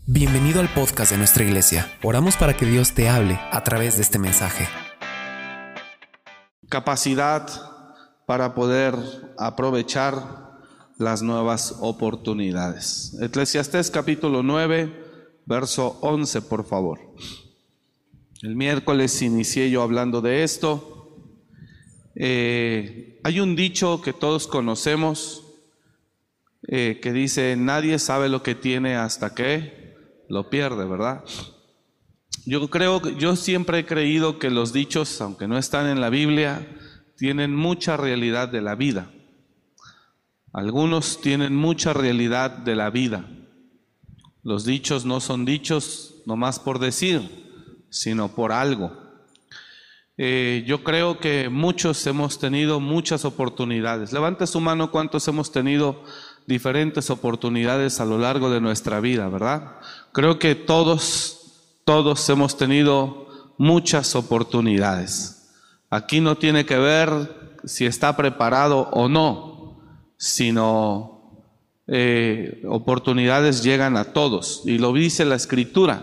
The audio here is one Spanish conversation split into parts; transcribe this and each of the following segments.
Bienvenido al podcast de nuestra iglesia. Oramos para que Dios te hable a través de este mensaje. Capacidad para poder aprovechar las nuevas oportunidades. Eclesiastés capítulo 9, verso 11, por favor. El miércoles inicié yo hablando de esto. Hay un dicho que todos conocemos que dice: nadie sabe lo que tiene hasta que lo pierde, ¿verdad? Yo siempre he creído que los dichos, aunque no están en la Biblia, tienen mucha realidad de la vida. Algunos tienen mucha realidad de la vida. Los dichos no son dichos nomás por decir, sino por algo. Yo creo que muchos hemos tenido muchas oportunidades. Levante su mano, ¿cuántos hemos tenido diferentes oportunidades a lo largo de nuestra vida, verdad? Creo que todos hemos tenido muchas oportunidades. Aquí no tiene que ver si está preparado o no, sino oportunidades llegan a todos. Y lo dice la Escritura,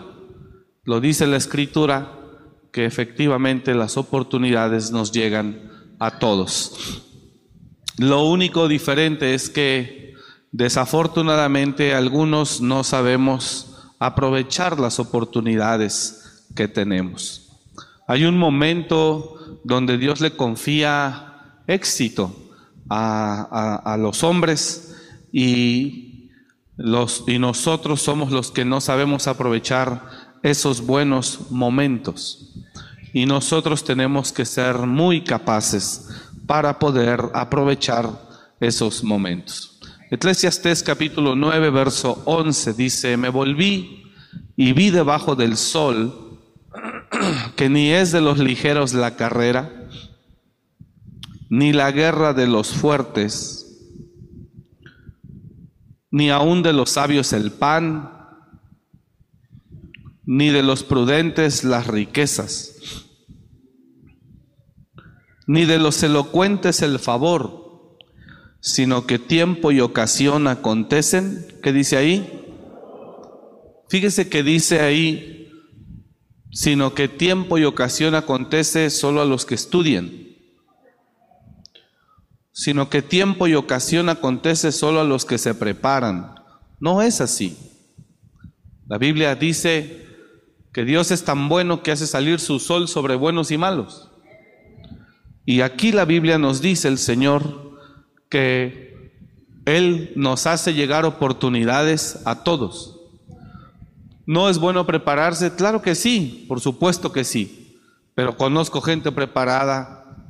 que efectivamente las oportunidades nos llegan a todos. Lo único diferente es que desafortunadamente algunos no sabemos aprovechar las oportunidades que tenemos. Hay un momento donde Dios le confía éxito a los hombres y nosotros somos los que no sabemos aprovechar esos buenos momentos. Y nosotros tenemos que ser muy capaces para poder aprovechar esos momentos. Eclesiastés capítulo 9, verso 11 dice: me volví y vi debajo del sol que ni es de los ligeros la carrera, ni la guerra de los fuertes, ni aun de los sabios el pan, ni de los prudentes las riquezas, ni de los elocuentes el favor, sino que tiempo y ocasión acontecen. ¿Qué dice ahí? Fíjese que dice ahí, sino que tiempo y ocasión acontece solo a los que estudian. Sino que tiempo y ocasión acontece solo a los que se preparan. No es así. La Biblia dice que Dios es tan bueno que hace salir su sol sobre buenos y malos. Y aquí la Biblia nos dice, el Señor, que Él nos hace llegar oportunidades a todos. ¿No es bueno prepararse? Claro que sí, por supuesto que sí. Pero conozco gente preparada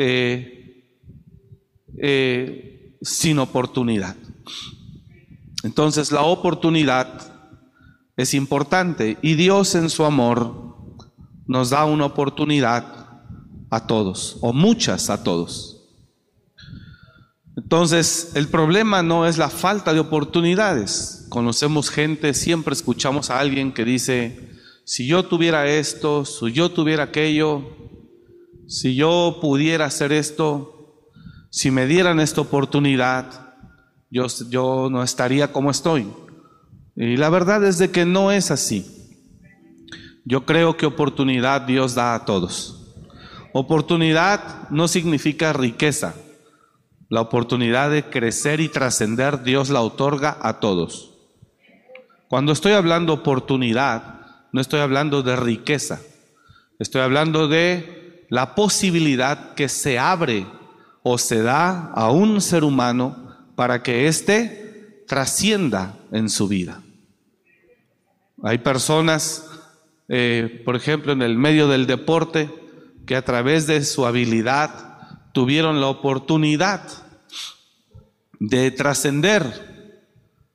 sin oportunidad. Entonces la oportunidad es importante y Dios en su amor nos da una oportunidad a todos, o muchas a todos. Entonces el problema no es la falta de oportunidades. Conocemos gente, siempre escuchamos a alguien que dice: si yo tuviera esto, si yo tuviera aquello, si yo pudiera hacer esto, si me dieran esta oportunidad, yo no estaría como estoy. Y la verdad es de que no es así. Yo creo que oportunidad Dios da a todos. Oportunidad no significa riqueza. La oportunidad de crecer y trascender, Dios la otorga a todos. Cuando estoy hablando oportunidad, no estoy hablando de riqueza. Estoy hablando de la posibilidad que se abre o se da a un ser humano para que éste trascienda en su vida. Hay personas, por ejemplo, en el medio del deporte, que a través de su habilidad tuvieron la oportunidad de trascender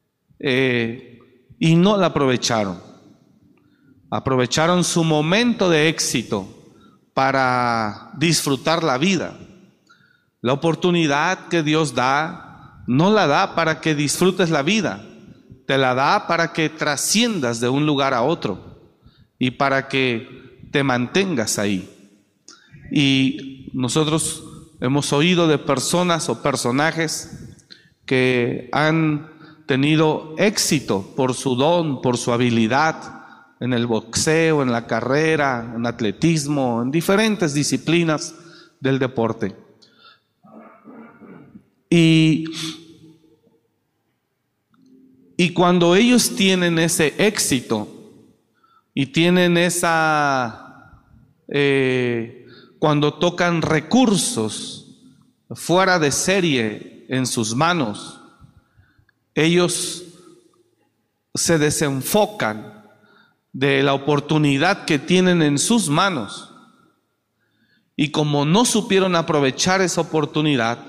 y no la aprovecharon. Aprovecharon su momento de éxito para disfrutar la vida. La oportunidad que Dios da, no la da para que disfrutes la vida, te la da para que trasciendas de un lugar a otro y para que te mantengas ahí. Y nosotros hemos oído de personas o personajes que han tenido éxito por su don, por su habilidad en el boxeo, en la carrera, en atletismo, en diferentes disciplinas del deporte. Y cuando ellos tienen ese éxito y tienen cuando tocan recursos fuera de serie en sus manos, ellos se desenfocan de la oportunidad que tienen en sus manos, y como no supieron aprovechar esa oportunidad,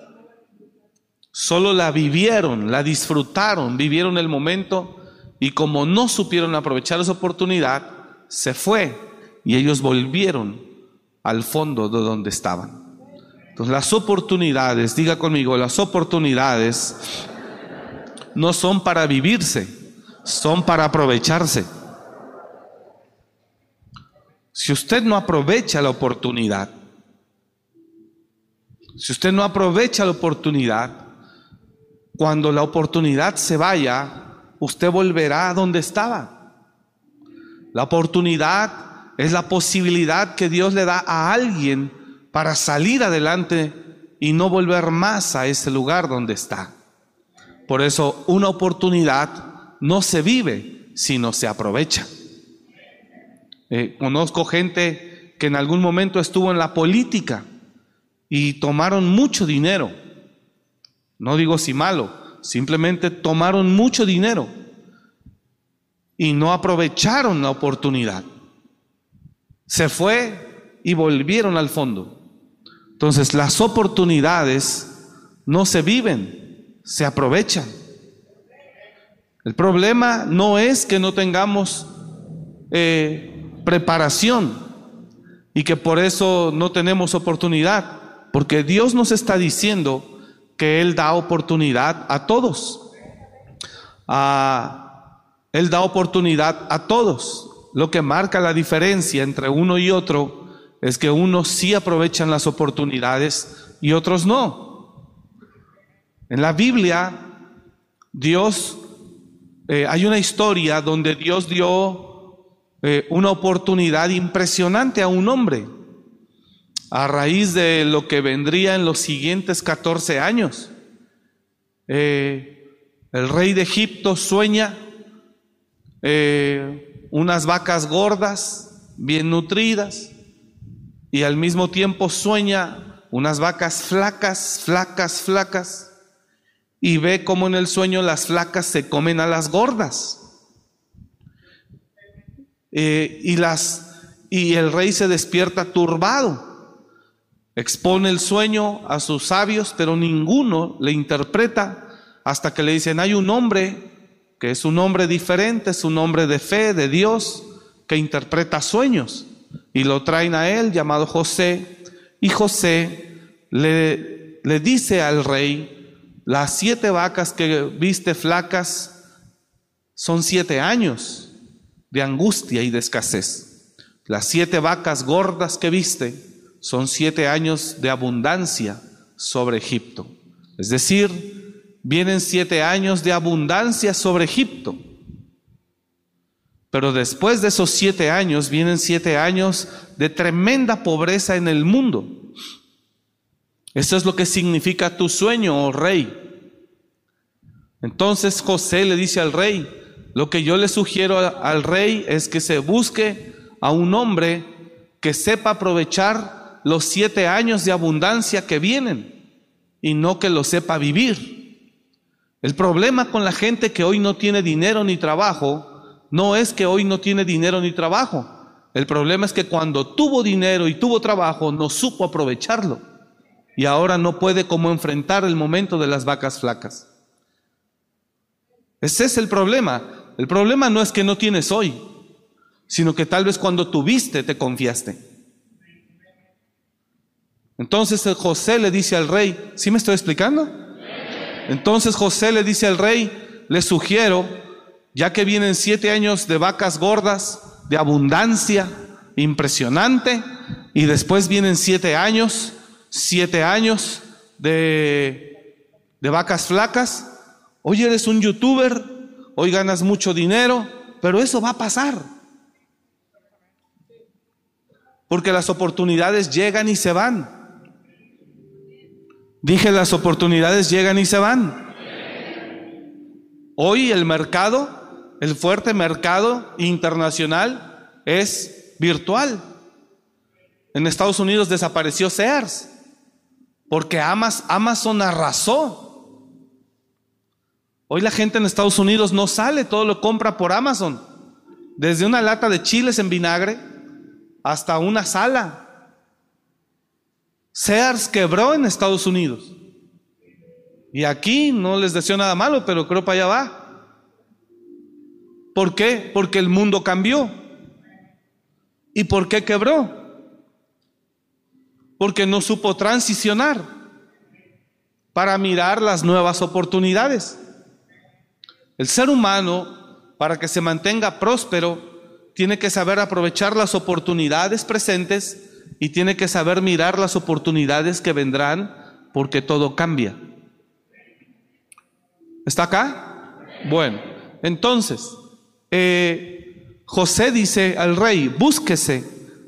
solo la vivieron, la disfrutaron, vivieron el momento, y como no supieron aprovechar esa oportunidad, se fue y ellos volvieron al fondo de donde estaban. Entonces las oportunidades, diga conmigo, las oportunidades no son para vivirse, son para aprovecharse. Si usted no aprovecha la oportunidad, cuando la oportunidad se vaya, usted volverá a donde estaba. La oportunidad es la posibilidad que Dios le da a alguien para salir adelante y no volver más a ese lugar donde está. Por eso una oportunidad no se vive, sino se aprovecha. Conozco gente que en algún momento estuvo en la política y tomaron mucho dinero. No digo si malo, simplemente tomaron mucho dinero y no aprovecharon la oportunidad. Se fue y volvieron al fondo. Entonces las oportunidades no se viven, se aprovechan. El problema no es que no tengamos preparación y que por eso no tenemos oportunidad, porque Dios nos está diciendo que Él da oportunidad a todos. Él da oportunidad a todos. Lo que marca la diferencia entre uno y otro es que unos sí aprovechan las oportunidades y otros no. En la Biblia, hay una historia donde Dios dio una oportunidad impresionante a un hombre a raíz de lo que vendría en los siguientes 14 años. El rey de Egipto sueña unas vacas gordas, bien nutridas, y al mismo tiempo sueña unas vacas flacas, y ve cómo en el sueño las flacas se comen a las gordas. Y el rey se despierta turbado, expone el sueño a sus sabios, pero ninguno le interpreta, hasta que le dicen: hay un hombre que es un hombre diferente, es un hombre de fe, de Dios, que interpreta sueños, y lo traen a él, llamado José, y José le dice al rey: las 7 vacas que viste flacas son 7 años de angustia y de escasez. Las 7 vacas gordas que viste son 7 años de abundancia sobre Egipto. Es decir, vienen 7 años de abundancia sobre Egipto. Pero después de esos 7 años vienen 7 años de tremenda pobreza en el mundo. Eso es lo que significa tu sueño, oh rey. Entonces José le dice al rey: lo que yo le sugiero al rey es que se busque a un hombre que sepa aprovechar los 7 años de abundancia que vienen y no que lo sepa vivir. El problema con la gente que hoy no tiene dinero ni trabajo no es que hoy no tiene dinero ni trabajo. El problema es que cuando tuvo dinero y tuvo trabajo no supo aprovecharlo, y ahora no puede como enfrentar el momento de las vacas flacas. Ese es el problema. El problema no es que no tienes hoy, sino que tal vez cuando tuviste te confiaste. Entonces José le dice al rey, ¿sí me estoy explicando? Entonces José le dice al rey: le sugiero, ya que vienen 7 años de vacas gordas, de abundancia impresionante, y después vienen 7 años de vacas flacas, Hoy eres un youtuber, hoy ganas mucho dinero, pero eso va a pasar. Porque las oportunidades llegan y se van. Dije, las oportunidades llegan y se van. Hoy el mercado, el fuerte mercado internacional es virtual. En Estados Unidos desapareció Sears porque Amazon arrasó. Hoy la gente en Estados Unidos no sale, todo lo compra por Amazon. Desde una lata de chiles en vinagre hasta una sala. Sears quebró en Estados Unidos. Y aquí no les deseo nada malo, pero creo para allá va. ¿Por qué? Porque el mundo cambió. ¿Y por qué quebró? Porque no supo transicionar para mirar las nuevas oportunidades. El ser humano, para que se mantenga próspero, tiene que saber aprovechar las oportunidades presentes y tiene que saber mirar las oportunidades que vendrán, porque todo cambia. ¿Está acá? Bueno, entonces, José dice al rey: búsquese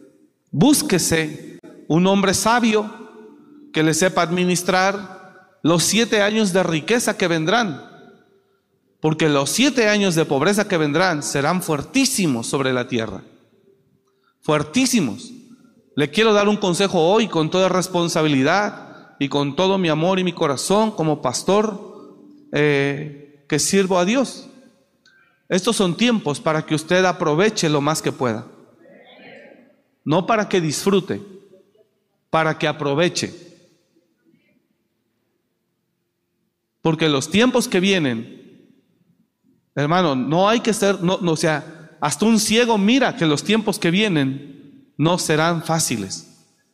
un hombre sabio que le sepa administrar los 7 años de riqueza que vendrán, porque los 7 años de pobreza que vendrán serán fuertísimos sobre la tierra, fuertísimos. Le quiero dar un consejo hoy con toda responsabilidad y con todo mi amor y mi corazón como pastor que sirvo a Dios. Estos son tiempos para que usted aproveche lo más que pueda, no para que disfrute, para que aproveche. Porque los tiempos que vienen, hermano, no hay que ser, o sea, hasta un ciego mira que los tiempos que vienen no serán fáciles.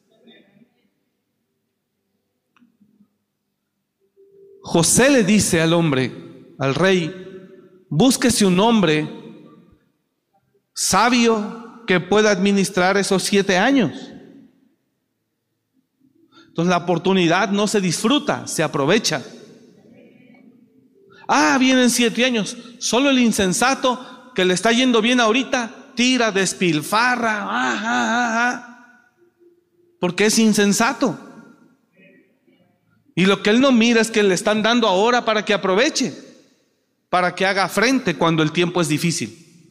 José le dice al hombre, al rey: búsquese un hombre sabio que pueda administrar esos 7 años. Entonces la oportunidad no se disfruta, se aprovecha. Vienen 7 años. Solo el insensato que le está yendo bien ahorita tira, despilfarra, porque es insensato. Y lo que él no mira es que le están dando ahora para que aproveche, para que haga frente cuando el tiempo es difícil.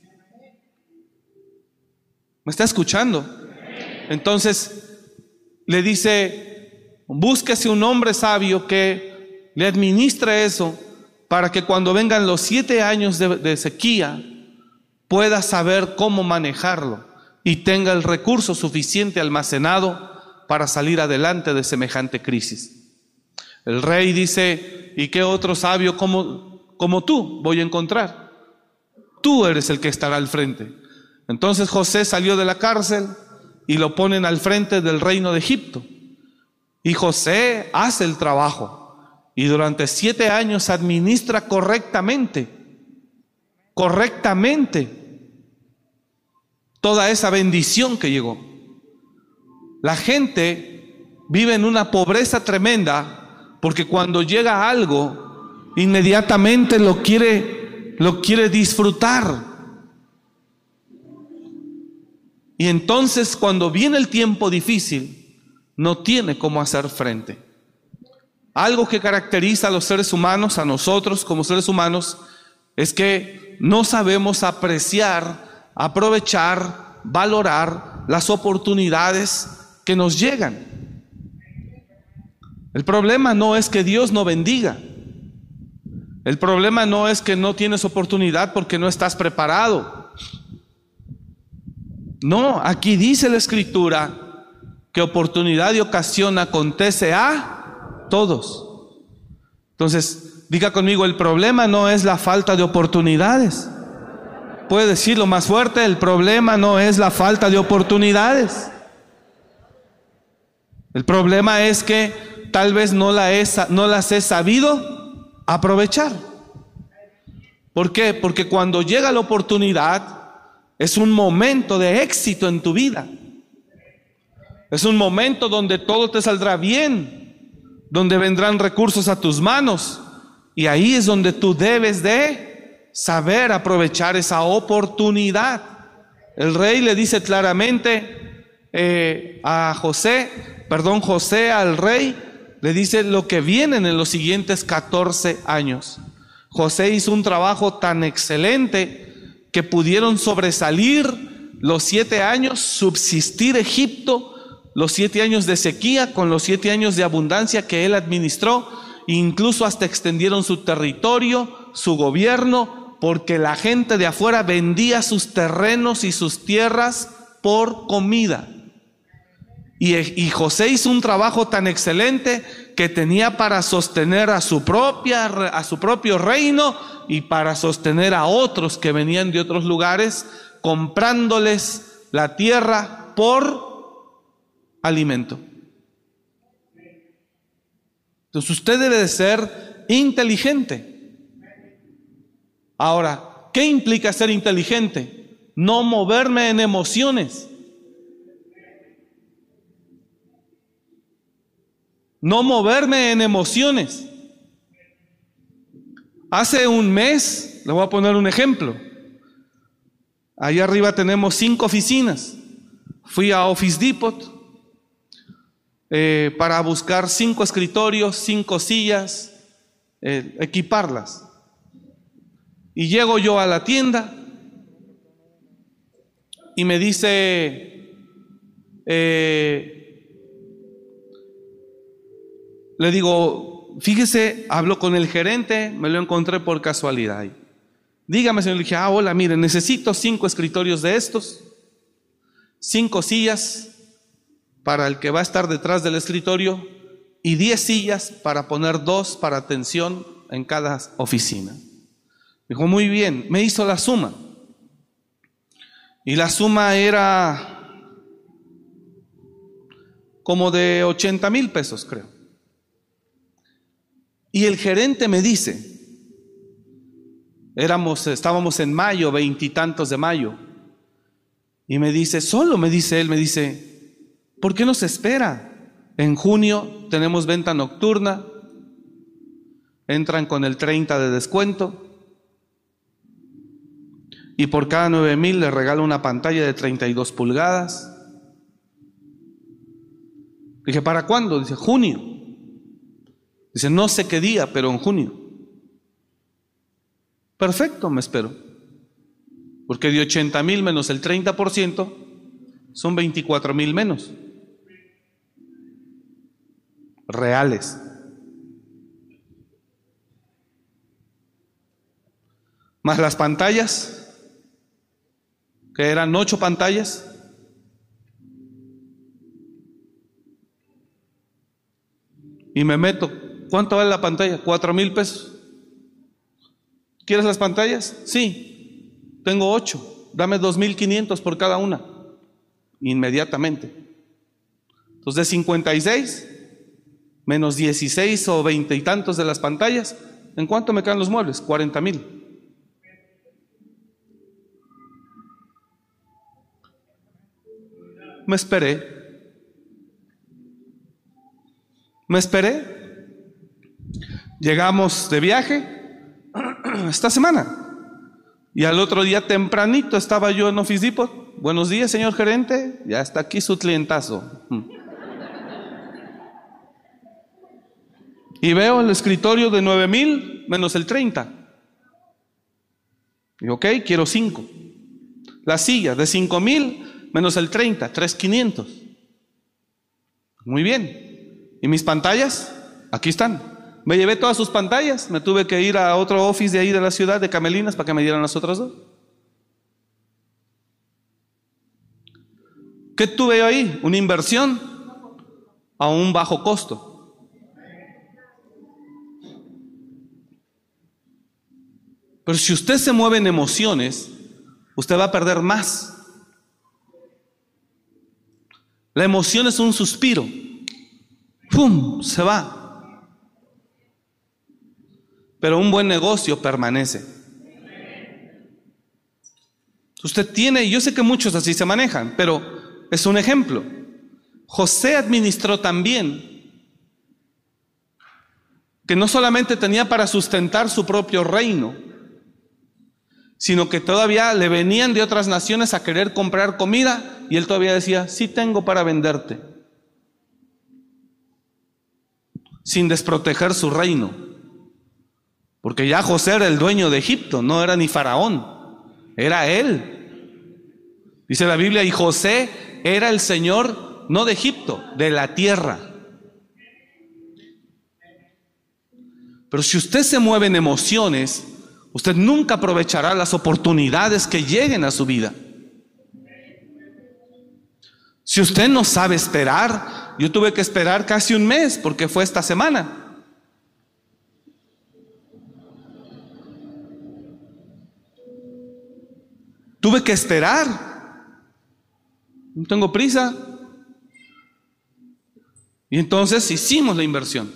¿Me está escuchando? Entonces le dice: búsquese un hombre sabio que le administre eso, para que cuando vengan los 7 años de sequía pueda saber cómo manejarlo y tenga el recurso suficiente almacenado para salir adelante de semejante crisis. El rey dice: ¿y qué otro sabio como tú voy a encontrar? Tú eres el que estará al frente. Entonces José salió de la cárcel y lo ponen al frente del reino de Egipto. Y José hace el trabajo y durante 7 años administra correctamente toda esa bendición que llegó. La gente vive en una pobreza tremenda porque cuando llega algo, inmediatamente lo quiere disfrutar. Y entonces cuando viene el tiempo difícil, no tiene cómo hacer frente. Algo que caracteriza a los seres humanos, a nosotros como seres humanos, es que no sabemos apreciar, aprovechar, valorar las oportunidades que nos llegan. El problema no es que Dios no bendiga. El problema no es que no tienes oportunidad porque no estás preparado. No, aquí dice la Escritura que oportunidad y ocasión acontece a todos. Entonces, diga conmigo: el problema no es la falta de oportunidades. Puede decirlo más fuerte: el problema no es la falta de oportunidades. El problema es que tal vez no las he sabido aprovechar. ¿Por qué? Porque cuando llega la oportunidad es un momento de éxito en tu vida. Es un momento donde todo te saldrá bien, donde vendrán recursos a tus manos, Y ahí es donde tú debes de saber aprovechar esa oportunidad. El rey le dice claramente José al rey, le dice lo que vienen en los siguientes 14 años. José hizo un trabajo tan excelente que pudieron sobresalir los 7 años, subsistir Egipto, los 7 años de sequía con los 7 años de abundancia que él administró, incluso hasta extendieron su territorio, su gobierno, porque la gente de afuera vendía sus terrenos y sus tierras por comida. Y José hizo un trabajo tan excelente que tenía para sostener a su propio reino y para sostener a otros que venían de otros lugares, comprándoles la tierra por alimento. Entonces usted debe de ser inteligente. Ahora, ¿qué implica ser inteligente? No moverme en emociones. No moverme en emociones. Hace un mes, le voy a poner un ejemplo. Allá arriba tenemos 5 oficinas. Fui a Office Depot para buscar 5 escritorios, 5 sillas, equiparlas. Y llego yo a la tienda y me dice, le digo, fíjese, hablo con el gerente, me lo encontré por casualidad. Dígame, señor, le dije, hola, mire, necesito 5 escritorios de estos, 5 sillas para el que va a estar detrás del escritorio y 10 sillas para poner 2 para atención en cada oficina. Dijo, muy bien, me hizo la suma. Y la suma era como de 80,000 pesos, creo. Y el gerente me dice, estábamos en mayo, 20 y tantos de mayo, y me dice, él me dice, ¿por qué no se espera? En junio tenemos venta nocturna, entran con el 30 de descuento, y por cada 9,000 le regalo una pantalla de 32 pulgadas. Dije, ¿para cuándo? Dice, junio. Dice, no sé qué día, pero en junio. Perfecto, me espero. Porque de 80,000 menos el 30% son 24,000 menos. Reales. Más las pantallas, que eran 8 pantallas. Y me meto, ¿cuánto vale la pantalla? 4,000 pesos. ¿Quieres las pantallas? Sí, tengo 8, dame 2,500 por cada una. Inmediatamente. Entonces de 56 menos 16 o 20 y tantos de las pantallas, ¿en cuánto me caen los muebles? 40,000. Me esperé. Llegamos de viaje esta semana y al otro día tempranito estaba yo en Office Depot. Buenos días, señor gerente, ya está aquí su clientazo. Y veo el escritorio de 9,000 menos el 30. Y ok, quiero 5. La silla de 5,000 menos el 30, 3,500. Muy bien. ¿Y mis pantallas? Aquí están. Me llevé todas sus pantallas. Me tuve que ir a otro office de ahí de la ciudad, de Camelinas, para que me dieran las otras 2. ¿Qué tuve yo ahí? Una inversión a un bajo costo. Pero si usted se mueve en emociones, usted va a perder más. La emoción es un suspiro. ¡Pum! Se va. Pero un buen negocio permanece. Usted tiene, yo sé que muchos así se manejan, pero es un ejemplo. José administró tan bien que no solamente tenía para sustentar su propio reino, sino que todavía le venían de otras naciones a querer comprar comida y él todavía decía, sí tengo para venderte, sin desproteger su reino, porque ya José era el dueño de Egipto, no era ni Faraón, era él. Dice la Biblia, y José era el señor no de Egipto, de la tierra. Pero si usted se mueve en emociones, usted nunca aprovechará las oportunidades que lleguen a su vida. Si usted no sabe esperar, yo tuve que esperar casi un mes porque fue esta semana. Tuve que esperar. No tengo prisa. Y entonces hicimos la inversión.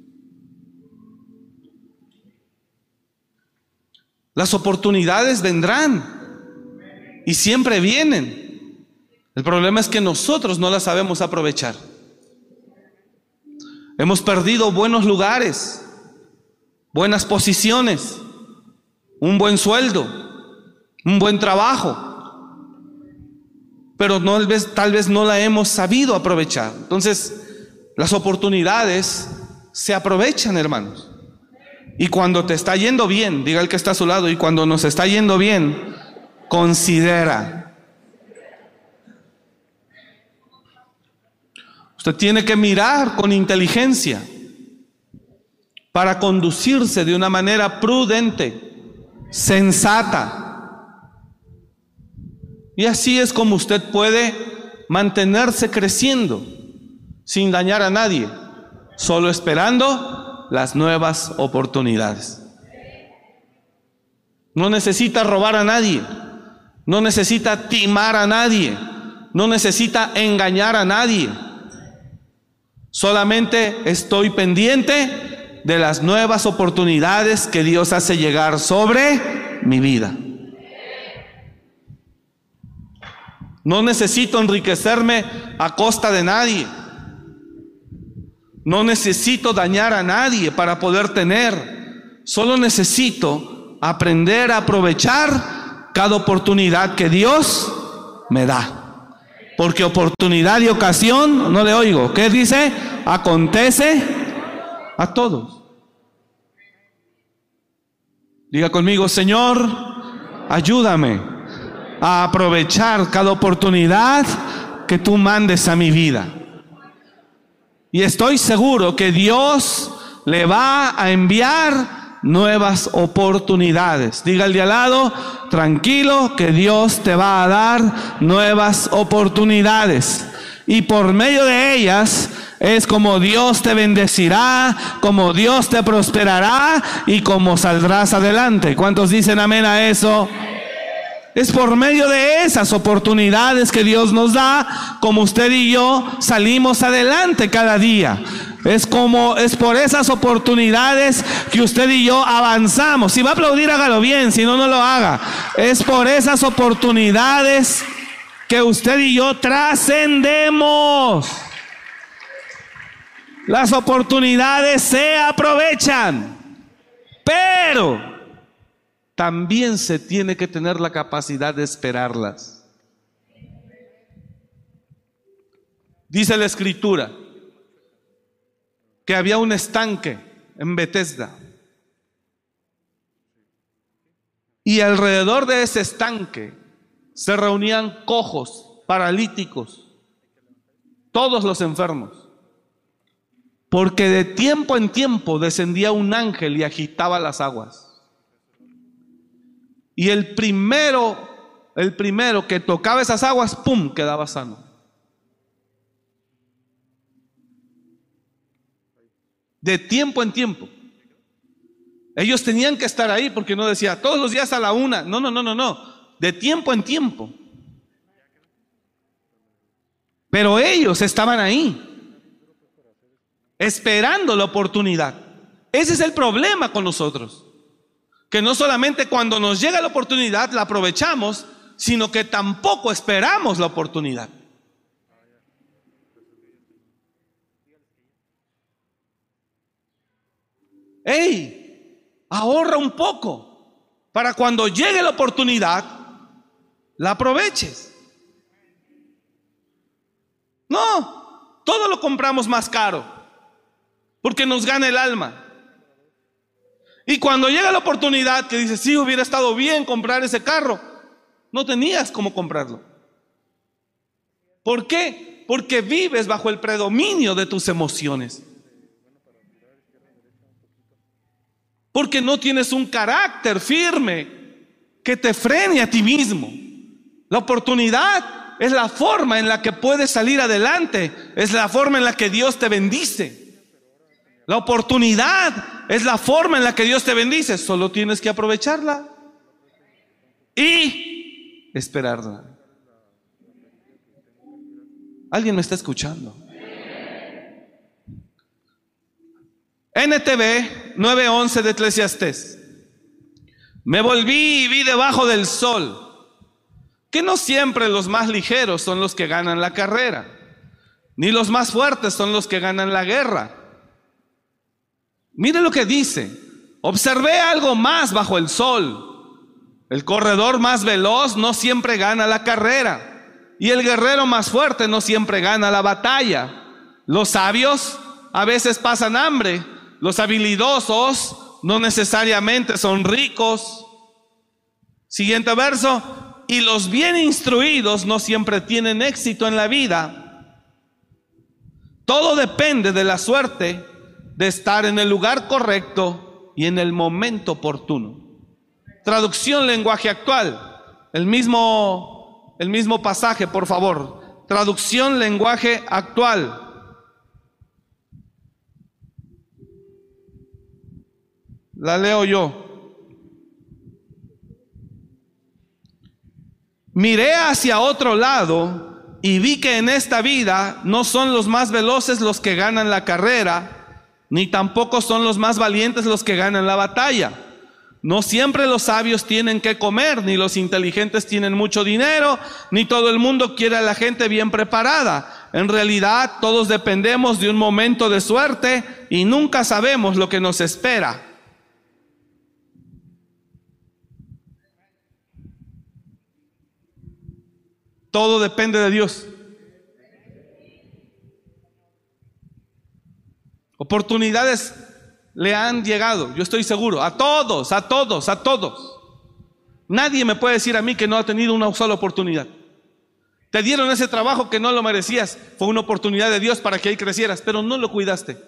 Las oportunidades vendrán y siempre vienen. El problema es que nosotros no las sabemos aprovechar. Hemos perdido buenos lugares, buenas posiciones, un buen sueldo, un buen trabajo, pero tal vez no la hemos sabido aprovechar. Entonces, las oportunidades se aprovechan, hermanos. Y cuando te está yendo bien, diga el que está a su lado, y cuando nos está yendo bien, considera. Usted tiene que mirar con inteligencia para conducirse de una manera prudente, sensata. Y así es como usted puede mantenerse creciendo sin dañar a nadie, solo esperando las nuevas oportunidades. No necesita robar a nadie, no necesita timar a nadie, no necesita engañar a nadie. Solamente estoy pendiente de las nuevas oportunidades que Dios hace llegar sobre mi vida. No necesito enriquecerme a costa de nadie. No necesito dañar a nadie para poder tener. Solo necesito aprender a aprovechar cada oportunidad que Dios me da. Porque oportunidad y ocasión, no le oigo, ¿qué dice? Acontece a todos. Diga conmigo, Señor, ayúdame a aprovechar cada oportunidad que tú mandes a mi vida. Y estoy seguro que Dios le va a enviar nuevas oportunidades. Diga al de al lado, tranquilo, que Dios te va a dar nuevas oportunidades. Y por medio de ellas es como Dios te bendecirá, como Dios te prosperará y como saldrás adelante. ¿Cuántos dicen amén a eso? Es por medio de esas oportunidades que Dios nos da, como usted y yo salimos adelante cada día. Es por esas oportunidades que usted y yo avanzamos. Si va a aplaudir, hágalo bien, si no, no lo haga. Es por esas oportunidades que usted y yo trascendemos. Las oportunidades se aprovechan, pero también se tiene que tener la capacidad de esperarlas. Dice la Escritura que había un estanque en Betesda, y alrededor de ese estanque se reunían cojos, paralíticos, todos los enfermos, porque de tiempo en tiempo descendía un ángel y agitaba las aguas. Y el primero que tocaba esas aguas, ¡pum!, quedaba sano. De tiempo en tiempo. Ellos tenían que estar ahí porque no decía todos los días a la 1. No. De tiempo en tiempo. Pero ellos estaban ahí, esperando la oportunidad. Ese es el problema con nosotros. Que no solamente cuando nos llega la oportunidad la aprovechamos, sino que tampoco esperamos la oportunidad. hey, ahorra un poco para cuando llegue la oportunidad, la aproveches. No, todo lo compramos más caro porque nos gana el alma. Y cuando llega la oportunidad que dices, sí, hubiera estado bien comprar ese carro, no tenías cómo comprarlo. ¿Por qué? Porque vives bajo el predominio de tus emociones. Porque no tienes un carácter firme que te frene a ti mismo. La oportunidad es la forma en la que puedes salir adelante, es la forma en la que Dios te bendice. La oportunidad es la forma en la que Dios te bendice. Solo tienes que aprovecharla y esperarla. ¿Alguien me está escuchando? NTV 9:11 de Eclesiastés. Me volví y vi debajo del sol que no siempre los más ligeros son los que ganan la carrera, ni los más fuertes son los que ganan la guerra. Mire lo que dice: observé algo más bajo el sol. El corredor más veloz no siempre gana la carrera, y el guerrero más fuerte no siempre gana la batalla. Los sabios a veces pasan hambre, los habilidosos no necesariamente son ricos. Siguiente verso: y los bien instruidos no siempre tienen éxito en la vida. Todo depende de la suerte de estar en el lugar correcto y en el momento oportuno. Traducción lenguaje actual. El mismo pasaje, por favor. Traducción lenguaje actual. La leo yo. Miré hacia otro lado y vi que en esta vida no son los más veloces los que ganan la carrera, ni tampoco son los más valientes los que ganan la batalla. No siempre los sabios tienen que comer, ni los inteligentes tienen mucho dinero, ni todo el mundo quiere a la gente bien preparada. En realidad, todos dependemos de un momento de suerte y nunca sabemos lo que nos espera. Todo depende de Dios. Oportunidades le han llegado, yo estoy seguro, a todos. Nadie me puede decir a mí que no ha tenido una sola oportunidad. Te dieron ese trabajo que no lo merecías, fue una oportunidad de Dios para que ahí crecieras, pero no lo cuidaste.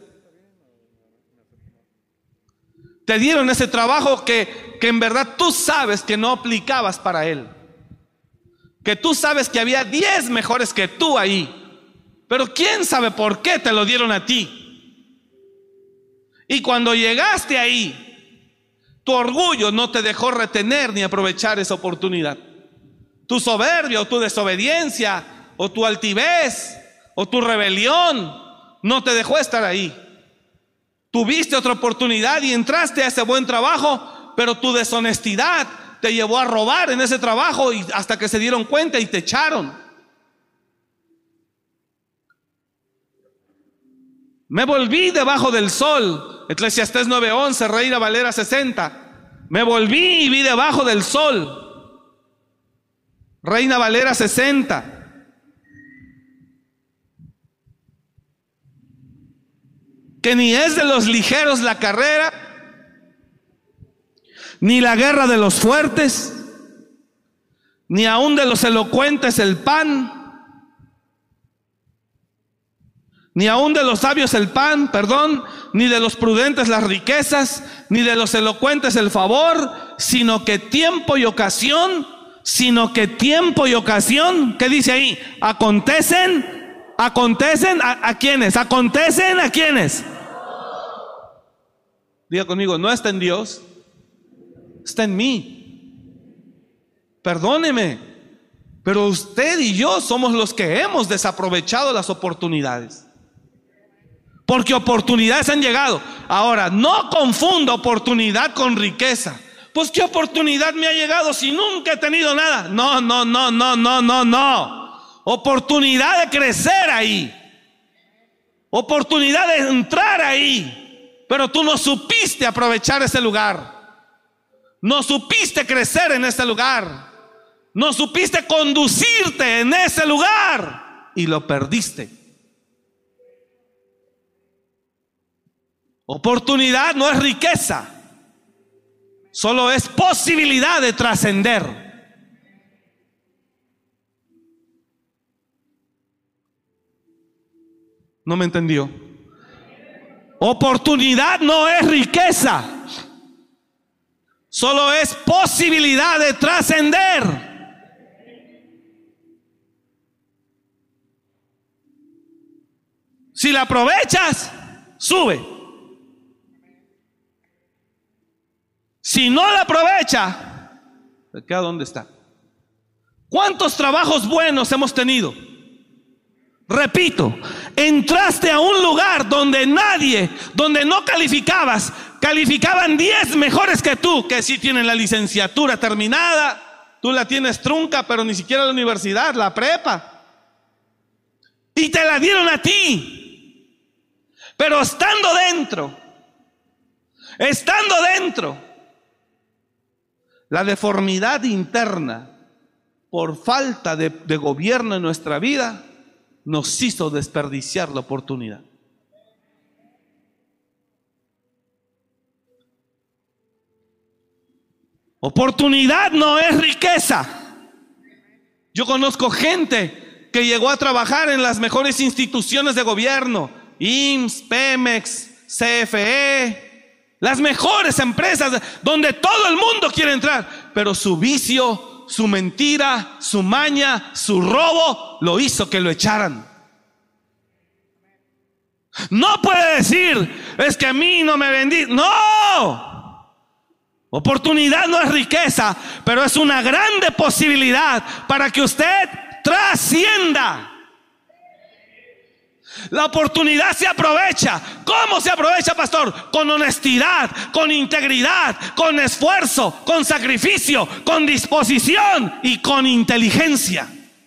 Te dieron ese trabajo que en verdad tú sabes que no aplicabas para él, que tú sabes que había 10 mejores que tú ahí, pero quién sabe por qué te lo dieron a ti. Y cuando llegaste ahí, tu orgullo no te dejó retener ni aprovechar esa oportunidad. Tu soberbia o tu desobediencia o tu altivez o tu rebelión no te dejó estar ahí. Tuviste otra oportunidad y entraste a ese buen trabajo, pero tu deshonestidad te llevó a robar en ese trabajo y hasta que se dieron cuenta y te echaron. Me volví debajo del sol. Eclesiastés 9:11, Reina Valera 60. Me volví y vi debajo del sol. Reina Valera 60. Que ni es de los ligeros la carrera, ni la guerra de los fuertes, ni aun de los elocuentes el pan, ni aun de los sabios el pan, ni de los prudentes las riquezas, ni de los elocuentes el favor, sino que tiempo y ocasión, ¿qué dice ahí? Acontecen a quienes, acontecen a quienes. Diga conmigo, no está en Dios, está en mí. Perdóneme, pero usted y yo somos los que hemos desaprovechado las oportunidades. Porque oportunidades han llegado. Ahora, no confunda oportunidad con riqueza. Pues ¿qué oportunidad me ha llegado si nunca he tenido nada? No. Oportunidad de crecer ahí. Oportunidad de entrar ahí. pero tú no supiste aprovechar ese lugar, no supiste crecer en ese lugar, no supiste conducirte en ese lugar y lo perdiste. Oportunidad no es riqueza, solo es posibilidad de trascender. ¿No me entendió? Oportunidad no es riqueza, solo es posibilidad de trascender. Si la aprovechas, sube. Si no la aprovecha, se queda donde está. ¿Cuántos trabajos buenos hemos tenido? Repito, entraste a un lugar donde donde no calificabas, calificaban 10 mejores que tú, que sí tienen la licenciatura terminada, tú la tienes trunca, pero ni siquiera la universidad, la prepa, y te la dieron a ti. Pero estando dentro, la deformidad interna, por falta de gobierno en nuestra vida, nos hizo desperdiciar la oportunidad. Oportunidad no es riqueza. Yo conozco gente que llegó a trabajar en las mejores instituciones de gobierno, IMSS, Pemex, CFE, las mejores empresas donde todo el mundo quiere entrar, pero su vicio, su mentira, su maña, su robo lo hizo que lo echaran. No puede decir, es que a mí no me vendí. No, oportunidad no es riqueza, pero es una grande posibilidad para que usted trascienda. La oportunidad se aprovecha. ¿Cómo se aprovecha, pastor? Con honestidad, con integridad, con esfuerzo, con sacrificio, con disposición y con inteligencia.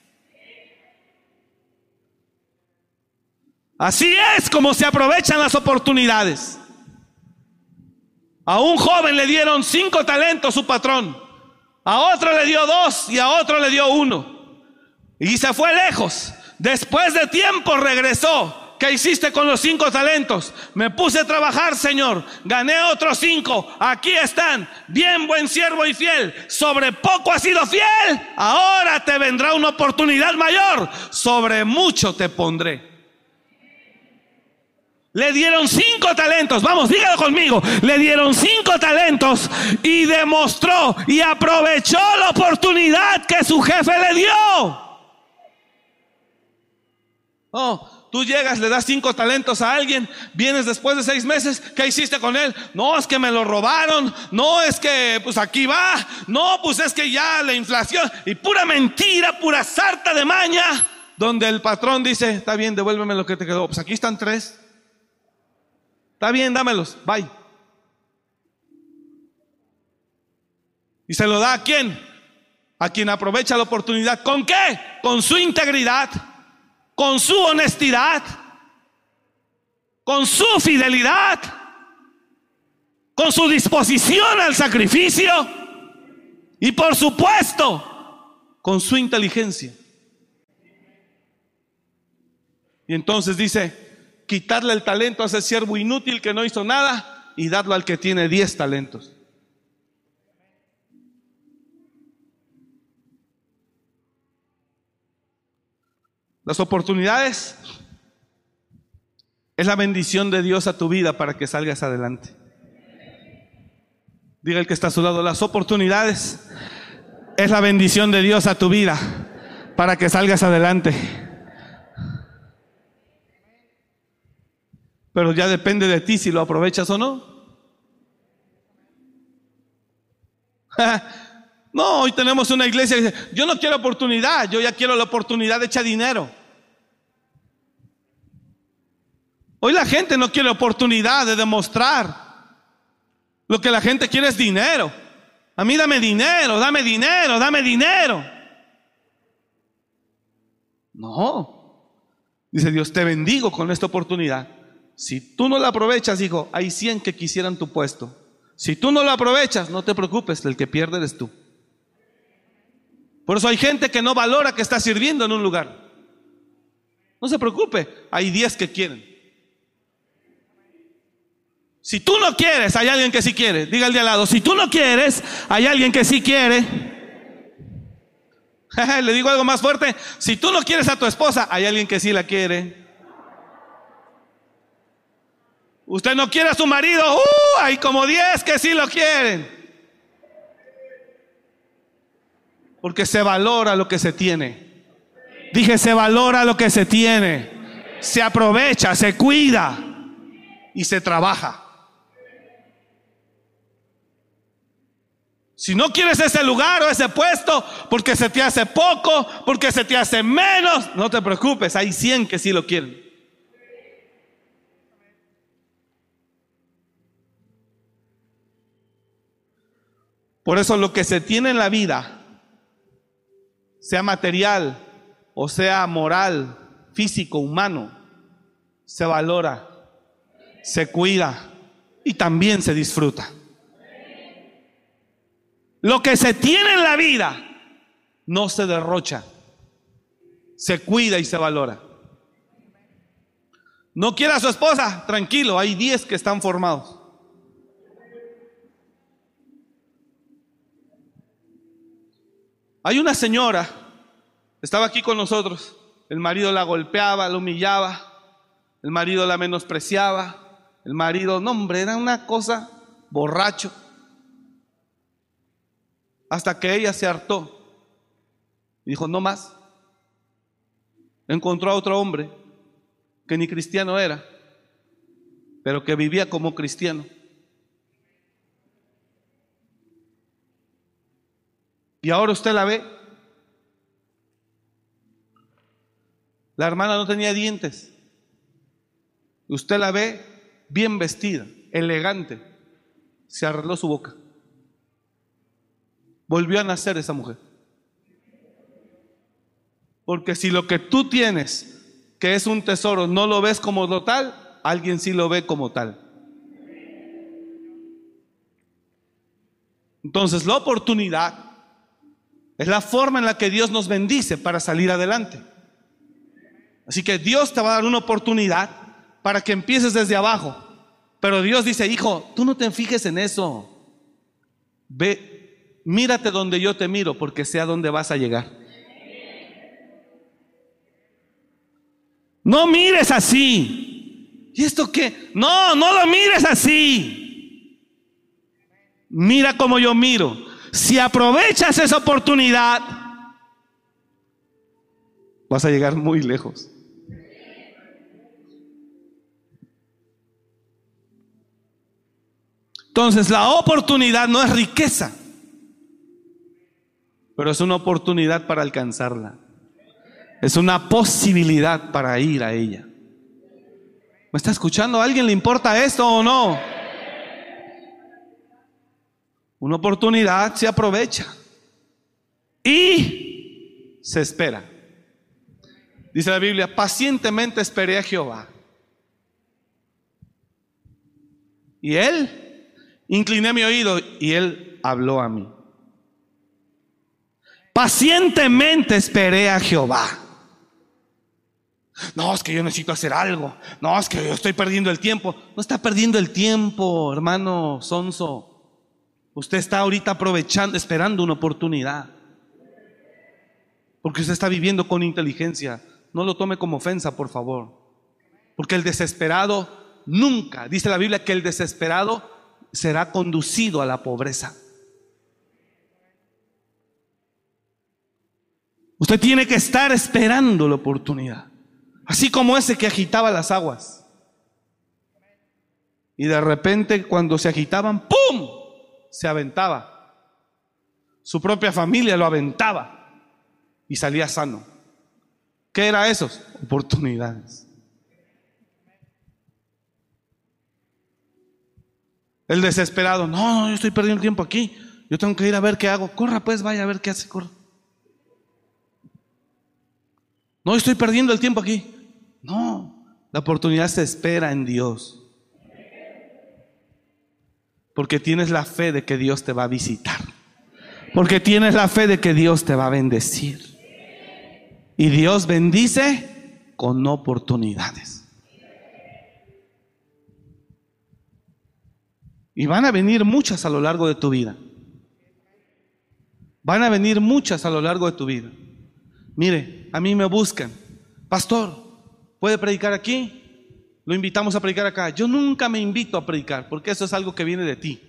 Así es como se aprovechan las oportunidades. A un joven le dieron 5 talentos su patrón, a otro le dio 2 y a otro le dio 1, y se fue lejos. Después de tiempo regresó. ¿Qué hiciste con los 5 talentos? Me puse a trabajar, Señor. Gané otros 5. Aquí están. Bien, buen siervo y fiel. Sobre poco has sido fiel. Ahora te vendrá una oportunidad mayor. Sobre mucho te pondré. Le dieron 5 talentos. Vamos, dígalo conmigo. Le dieron 5 talentos y demostró y aprovechó la oportunidad que su jefe le dio. Oh, tú llegas, le das 5 talentos a alguien, vienes después de 6 meses, ¿qué hiciste con él? No, es que me lo robaron, no, es que pues aquí va, no, pues es que ya la inflación, y pura mentira, pura sarta de maña, donde el patrón dice, está bien, devuélveme lo que te quedó, pues aquí están 3, está bien, dámelos, bye. ¿Y se lo da a quién? A quien aprovecha la oportunidad. ¿Con qué? Con su integridad, con su honestidad, con su fidelidad, con su disposición al sacrificio y, por supuesto, con su inteligencia. Y entonces dice, quitarle el talento a ese siervo inútil que no hizo nada y darlo al que tiene 10 talentos. Las oportunidades es la bendición de Dios a tu vida para que salgas adelante. Diga el que está a su lado, las oportunidades es la bendición de Dios a tu vida para que salgas adelante. Pero ya depende de ti si lo aprovechas o no. No, hoy tenemos una iglesia que dice, yo no quiero oportunidad, yo ya quiero la oportunidad de echar dinero. Hoy la gente no quiere oportunidad de demostrar. Lo que la gente quiere es dinero. A mí dame dinero, dame dinero, dame dinero. No. Dice Dios, te bendigo con esta oportunidad. Si tú no lo aprovechas, hijo, hay 100 que quisieran tu puesto. Si tú no lo aprovechas, no te preocupes, el que pierde eres tú. Por eso hay gente que no valora que está sirviendo en un lugar. No se preocupe, hay 10 que quieren. Si tú no quieres, hay alguien que sí quiere. Diga al de al lado, si tú no quieres, hay alguien que sí quiere. Le digo algo más fuerte, si tú no quieres a tu esposa, hay alguien que sí la quiere. Usted no quiere a su marido, hay como 10 que sí lo quieren. Porque se valora lo que se tiene. Dije, se valora lo que se tiene. Se aprovecha, se cuida y se trabaja. Si no quieres ese lugar o ese puesto porque se te hace poco, porque se te hace menos, no te preocupes, hay 100 que sí lo quieren. Por eso lo que se tiene en la vida, sea material o sea moral, físico, humano, se valora, se cuida y también se disfruta. Lo que se tiene en la vida no se derrocha, se cuida y se valora. ¿No quiere a su esposa? Tranquilo, hay 10 que están formados. Hay una señora, estaba aquí con nosotros, el marido la golpeaba, la humillaba, el marido la menospreciaba, el marido, no hombre, era una cosa borracho. Hasta que ella se hartó y dijo, no más. Encontró a otro hombre que ni cristiano era, pero que vivía como cristiano. Y ahora usted la ve. La hermana no tenía dientes. Usted la ve bien vestida, elegante. Se arregló su boca. Volvió a nacer esa mujer. Porque si lo que tú tienes, que es un tesoro, no lo ves como lo tal, alguien sí lo ve como tal. Entonces la oportunidad es la forma en la que Dios nos bendice para salir adelante. Así que Dios te va a dar una oportunidad para que empieces desde abajo. Pero Dios dice, hijo, tú no te fijes en eso. Ve, mírate donde yo te miro, porque sé a dónde vas a llegar. No mires así. ¿Y esto qué? No, no lo mires así. Mira como yo miro. Si aprovechas esa oportunidad, vas a llegar muy lejos. Entonces, la oportunidad no es riqueza, pero es una oportunidad para alcanzarla. Es una posibilidad para ir a ella. ¿Me está escuchando? ¿A alguien le importa esto o no? Una oportunidad se aprovecha y se espera. Dice la Biblia, pacientemente esperé a Jehová. Y Él, incliné mi oído y Él habló a mí. Pacientemente esperé a Jehová. No, es que yo necesito hacer algo. No, es que yo estoy perdiendo el tiempo. No está perdiendo el tiempo, hermano sonso. Usted está ahorita aprovechando, esperando una oportunidad. Porque usted está viviendo con inteligencia. No lo tome como ofensa, por favor. Porque el desesperado nunca, dice la Biblia, que el desesperado será conducido a la pobreza. Usted tiene que estar esperando la oportunidad. Así como ese que agitaba las aguas. Y de repente cuando se agitaban, ¡pum!, se aventaba. Su propia familia lo aventaba y salía sano. ¿Qué era eso? Oportunidades. El desesperado, no, yo estoy perdiendo el tiempo aquí. Yo tengo que ir a ver qué hago. Corra pues, vaya a ver qué hace, corra. No, estoy perdiendo el tiempo aquí. No, La oportunidad se espera en Dios. Porque tienes la fe de que Dios te va a visitar. Porque tienes la fe de que Dios te va a bendecir. Y Dios bendice con oportunidades. Y van a venir muchas a lo largo de tu vida. Van a venir muchas a lo largo de tu vida. Mire, a mí me buscan. Pastor, ¿puede predicar aquí? Lo invitamos a predicar acá. Yo nunca me invito a predicar, porque eso es algo que viene de ti.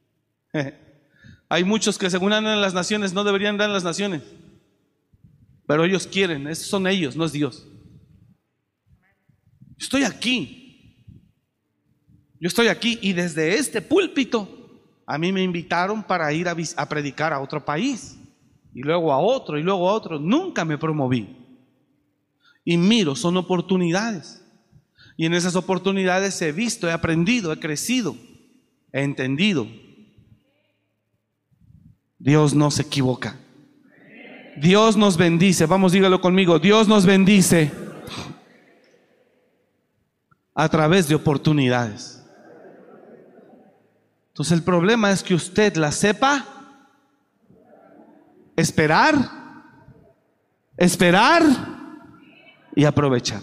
Hay muchos que según andan en las naciones no deberían andar en las naciones, pero ellos quieren. Esos son ellos, no es Dios. Estoy aquí. Yo estoy aquí y desde este púlpito a mí me invitaron para ir a predicar a otro país y luego a otro y luego a otro. Nunca me promoví. Y miro, son oportunidades. Y en esas oportunidades he visto, he aprendido, he crecido, he entendido. Dios no se equivoca. Dios nos bendice. Vamos, dígalo conmigo. Dios nos bendice a través de oportunidades. Entonces el problema es que usted la sepa esperar y aprovechar.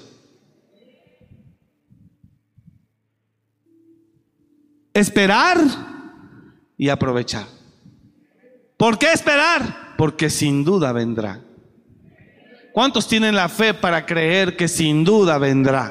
Esperar y aprovechar. ¿Por qué esperar? Porque sin duda vendrá. ¿Cuántos tienen la fe para creer que sin duda vendrá?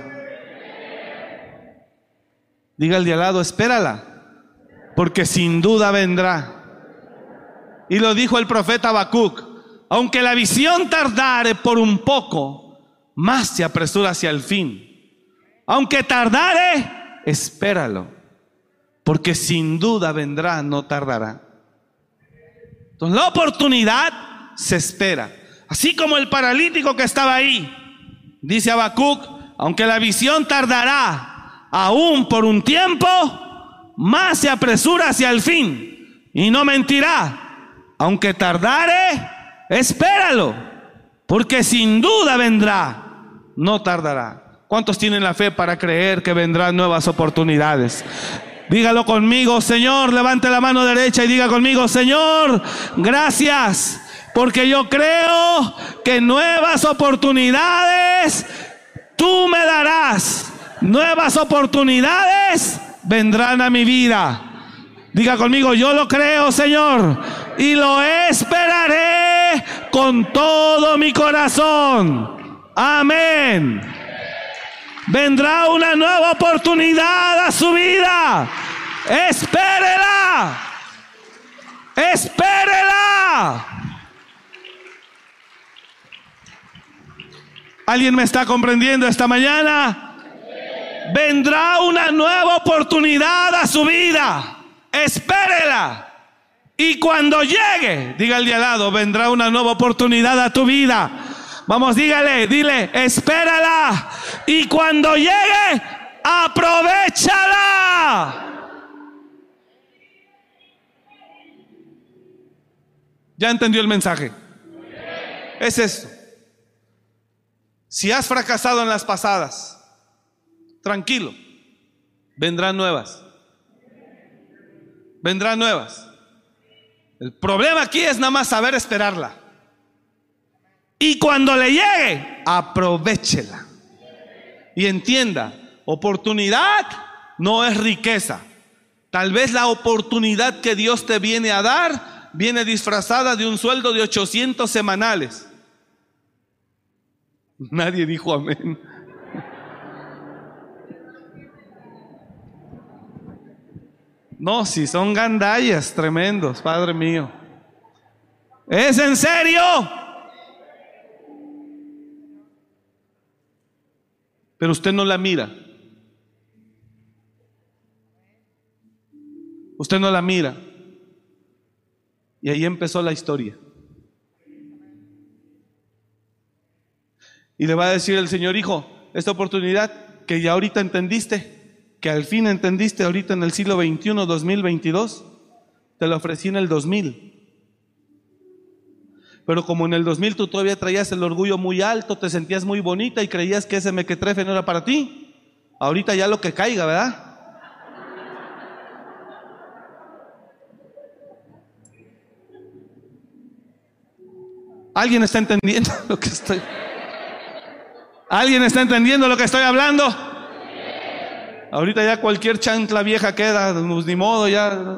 Diga al de al lado, espérala, porque sin duda vendrá. Y lo dijo el profeta Habacuc: aunque la visión tardare por un poco, más se apresura hacia el fin. Aunque tardare, espéralo, porque sin duda vendrá, no tardará. Entonces la oportunidad se espera. Así como el paralítico que estaba ahí, dice Habacuc: aunque la visión tardará aún por un tiempo, más se apresura hacia el fin. Y no mentirá: aunque tardare, espéralo, porque sin duda vendrá, no tardará. ¿Cuántos tienen la fe para creer que vendrán nuevas oportunidades? Dígalo conmigo, Señor. Levante la mano derecha y diga conmigo: Señor, gracias, porque yo creo que nuevas oportunidades tú me darás. Nuevas oportunidades vendrán a mi vida. Diga conmigo: yo lo creo, Señor, y lo esperaré con todo mi corazón. Amén. Vendrá una nueva oportunidad a su vida. Espérela. Espérela. ¿Alguien me está comprendiendo esta mañana? Vendrá una nueva oportunidad a su vida. Espérela. Y cuando llegue, diga al de al lado: vendrá una nueva oportunidad a tu vida. Vamos, dile: espérala. Y cuando llegue, aprovéchala. ¿Ya entendió el mensaje? Es esto. Si has fracasado en las pasadas, tranquilo, vendrán nuevas. Vendrán nuevas. El problema aquí es nada más saber esperarla. Y cuando le llegue, aprovéchela. Y entienda, oportunidad no es riqueza. Tal vez la oportunidad que Dios te viene a dar viene disfrazada de un sueldo de 800 semanales. Nadie dijo amén. No, si son gandallas tremendos, Padre mío. ¿Es en serio? Pero usted no la mira. Usted no la mira. Y ahí empezó la historia. Y le va a decir el Señor: hijo, esta oportunidad que ya ahorita entendiste, que al fin entendiste ahorita en el siglo XXI, 2022, te la ofrecí en el 2000. Pero como en el 2000 tú todavía traías el orgullo muy alto, te sentías muy bonita y creías que ese mequetrefe no era para ti, Ahorita ya lo que caiga, ¿verdad? ¿Alguien está entendiendo lo que estoy? ¿Alguien está entendiendo lo que estoy hablando? Ahorita ya cualquier chancla vieja queda, pues ni modo ya.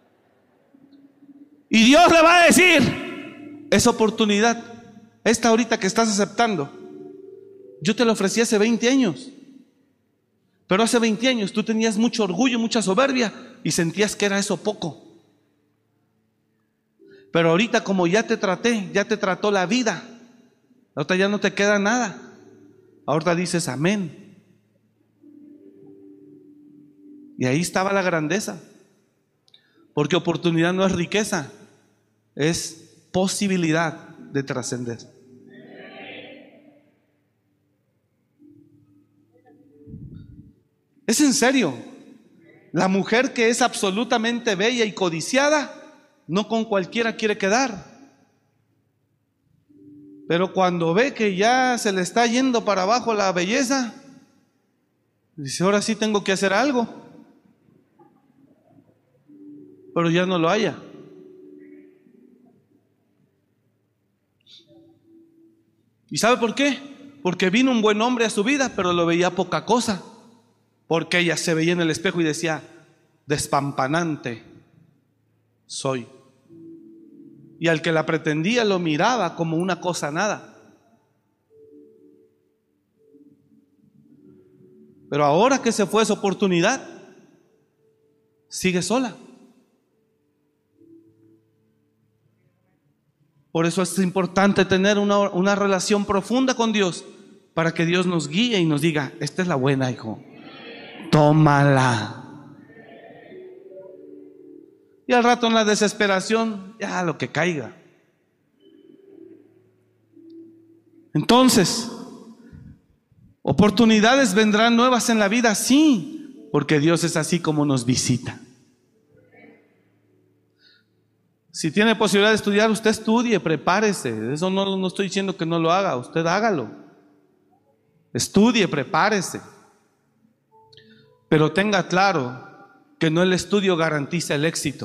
Y Dios le va a decir, esa oportunidad, esta ahorita que estás aceptando, yo te la ofrecí hace 20 años. Pero hace 20 años tú tenías mucho orgullo, mucha soberbia y sentías que era eso poco. Pero ahorita como ya te traté, ya te trató la vida, ahorita ya no te queda nada. Ahorita dices amén. Y ahí estaba la grandeza. Porque oportunidad no es riqueza, es posibilidad de trascender. Es en serio. La mujer que es absolutamente bella y codiciada, no con cualquiera quiere quedar. Pero cuando ve que ya se le está yendo para abajo la belleza, dice, ahora sí tengo que hacer algo. Pero ya no lo haya. ¿Y sabe por qué? Porque vino un buen hombre a su vida, pero lo veía poca cosa. Porque ella se veía en el espejo y decía, despampanante soy. Y al que la pretendía lo miraba como una cosa nada. Pero ahora que se fue esa oportunidad, sigue sola. Por eso es importante tener una relación profunda con Dios, para que Dios nos guíe y nos diga, esta es la buena, hijo, tómala. Y al rato en la desesperación, ya lo que caiga. Entonces, oportunidades vendrán nuevas en la vida, sí, porque Dios es así como nos visita. Si tiene posibilidad de estudiar, usted estudie, prepárese. Eso no estoy diciendo que no lo haga, usted hágalo. Estudie, prepárese. Pero tenga claro que no el estudio garantiza el éxito,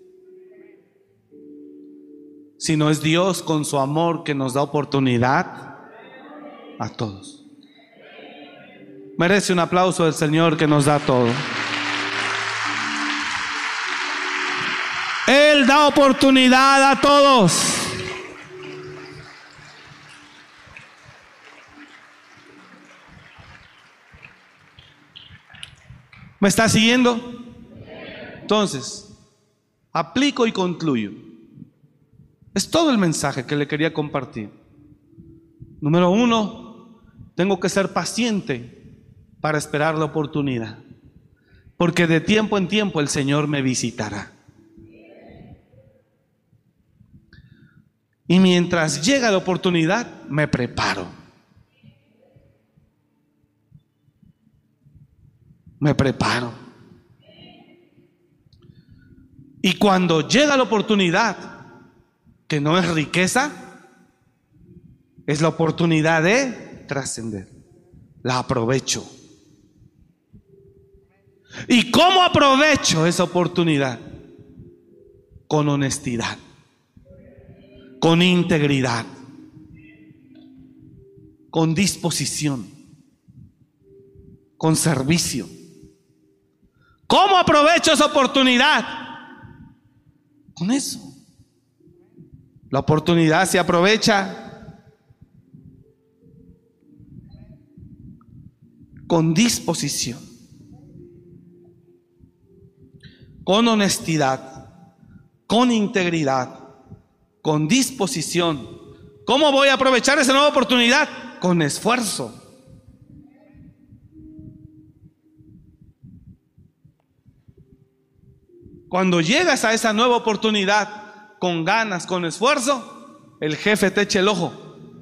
sino es Dios con su amor que nos da oportunidad a todos. Merece un aplauso del Señor que nos da todo. Él da oportunidad a todos. ¿Me está siguiendo? Entonces, aplico y concluyo. Es todo el mensaje que le quería compartir. Número 1, tengo que ser paciente para esperar la oportunidad, porque de tiempo en tiempo el Señor me visitará. Y mientras llega la oportunidad, me preparo. Me preparo. Y cuando llega la oportunidad, que no es riqueza, es la oportunidad de trascender. La aprovecho. ¿Y cómo aprovecho esa oportunidad? Con honestidad, con integridad, con disposición, con servicio. ¿Cómo aprovecho esa oportunidad? Con eso. La oportunidad se aprovecha con disposición, con honestidad, con integridad, con disposición. ¿Cómo voy a aprovechar esa nueva oportunidad? Con esfuerzo. Cuando llegas a esa nueva oportunidad con ganas, con esfuerzo, el jefe te echa el ojo.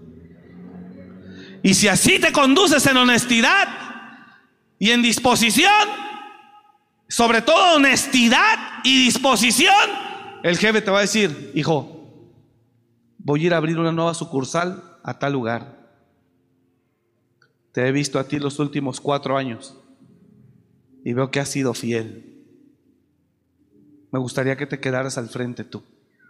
Y si así te conduces en honestidad y en disposición, sobre todo honestidad y disposición, el jefe te va a decir, hijo, voy a ir a abrir una nueva sucursal a tal lugar. Te he visto a ti los últimos 4 años. y veo que has sido fiel. Me gustaría que te quedaras al frente tú.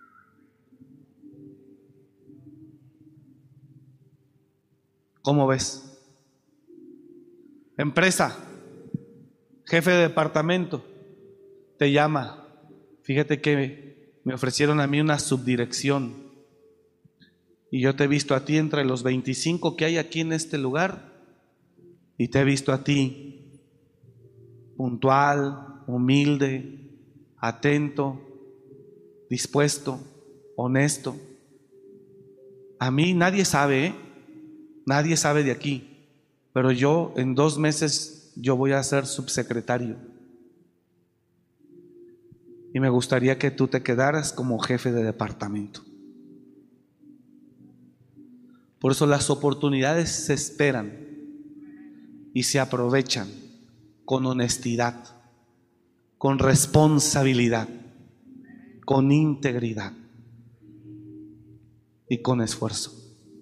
¿Cómo ves? Empresa, jefe de departamento, te llama. Fíjate que me ofrecieron a mí una subdirección y yo te he visto a ti entre los 25 que hay aquí en este lugar y te he visto a ti puntual, humilde, atento, dispuesto, honesto. A mí nadie sabe, ¿eh? Nadie sabe de aquí, pero yo en 2 meses yo voy a ser subsecretario y me gustaría que tú te quedaras como jefe de departamento. Por eso las oportunidades se esperan y se aprovechan con honestidad, con responsabilidad, con integridad y con esfuerzo.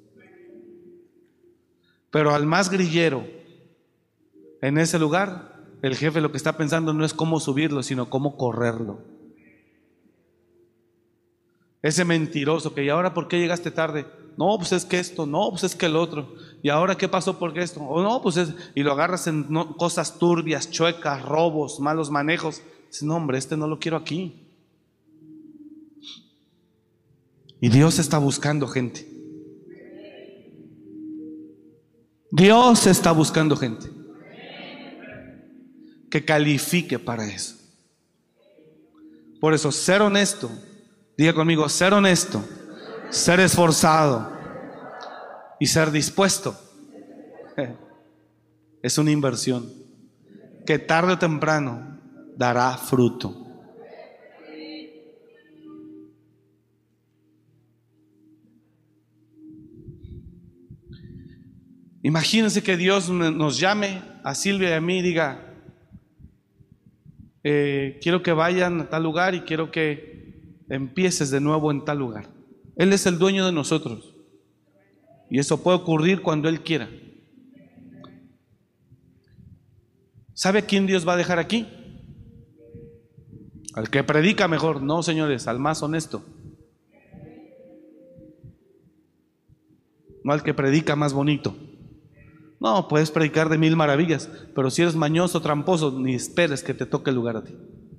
Pero al más grillero en ese lugar, el jefe lo que está pensando no es cómo subirlo, sino cómo correrlo. Ese mentiroso que, ¿y ahora por qué llegaste tarde? No, pues es que esto, no, pues es que el otro. ¿Y ahora qué pasó por esto? O no, pues es, y lo agarras en cosas turbias, chuecas, robos, malos manejos. Dices, no, hombre, este no lo quiero aquí. Y Dios está buscando gente. Dios está buscando gente que califique para eso. Por eso, ser honesto, diga conmigo, ser honesto, ser esforzado y ser dispuesto es una inversión que tarde o temprano dará fruto. Imagínense que Dios nos llame a Silvia y a mí y diga, quiero que vayan a tal lugar y quiero que empieces de nuevo en tal lugar. Él es el dueño de nosotros y eso puede ocurrir cuando Él quiera. ¿Sabe a quién Dios va a dejar aquí? Al que predica mejor. No, señores, al más honesto. No al que predica más bonito. No, puedes predicar de 1000 maravillas, pero si eres mañoso, tramposo, ni esperes que te toque el lugar a ti.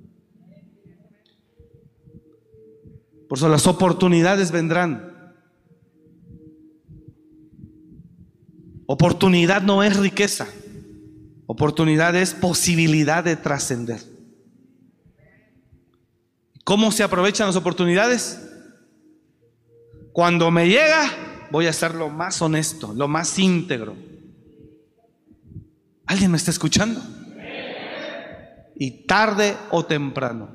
Por eso las oportunidades vendrán. Oportunidad no es riqueza. Oportunidad es posibilidad de trascender. ¿Cómo se aprovechan las oportunidades? Cuando me llega, voy a ser lo más honesto, lo más íntegro. ¿Alguien me está escuchando? Y tarde o temprano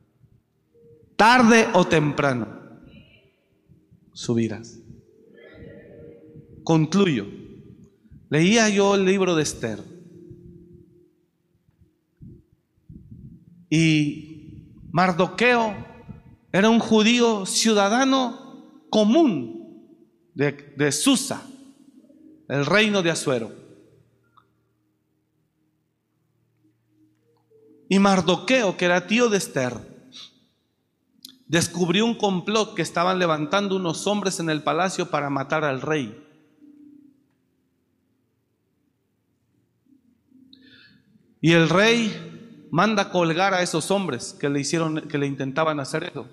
subirás. Concluyo. Leía yo el libro de Esther y Mardoqueo era un judío ciudadano común de Susa, el reino de Asuero. Y Mardoqueo, que era tío de Esther, descubrió un complot que estaban levantando unos hombres en el palacio para matar al rey. Y el rey manda colgar a esos hombres que le intentaban hacer eso.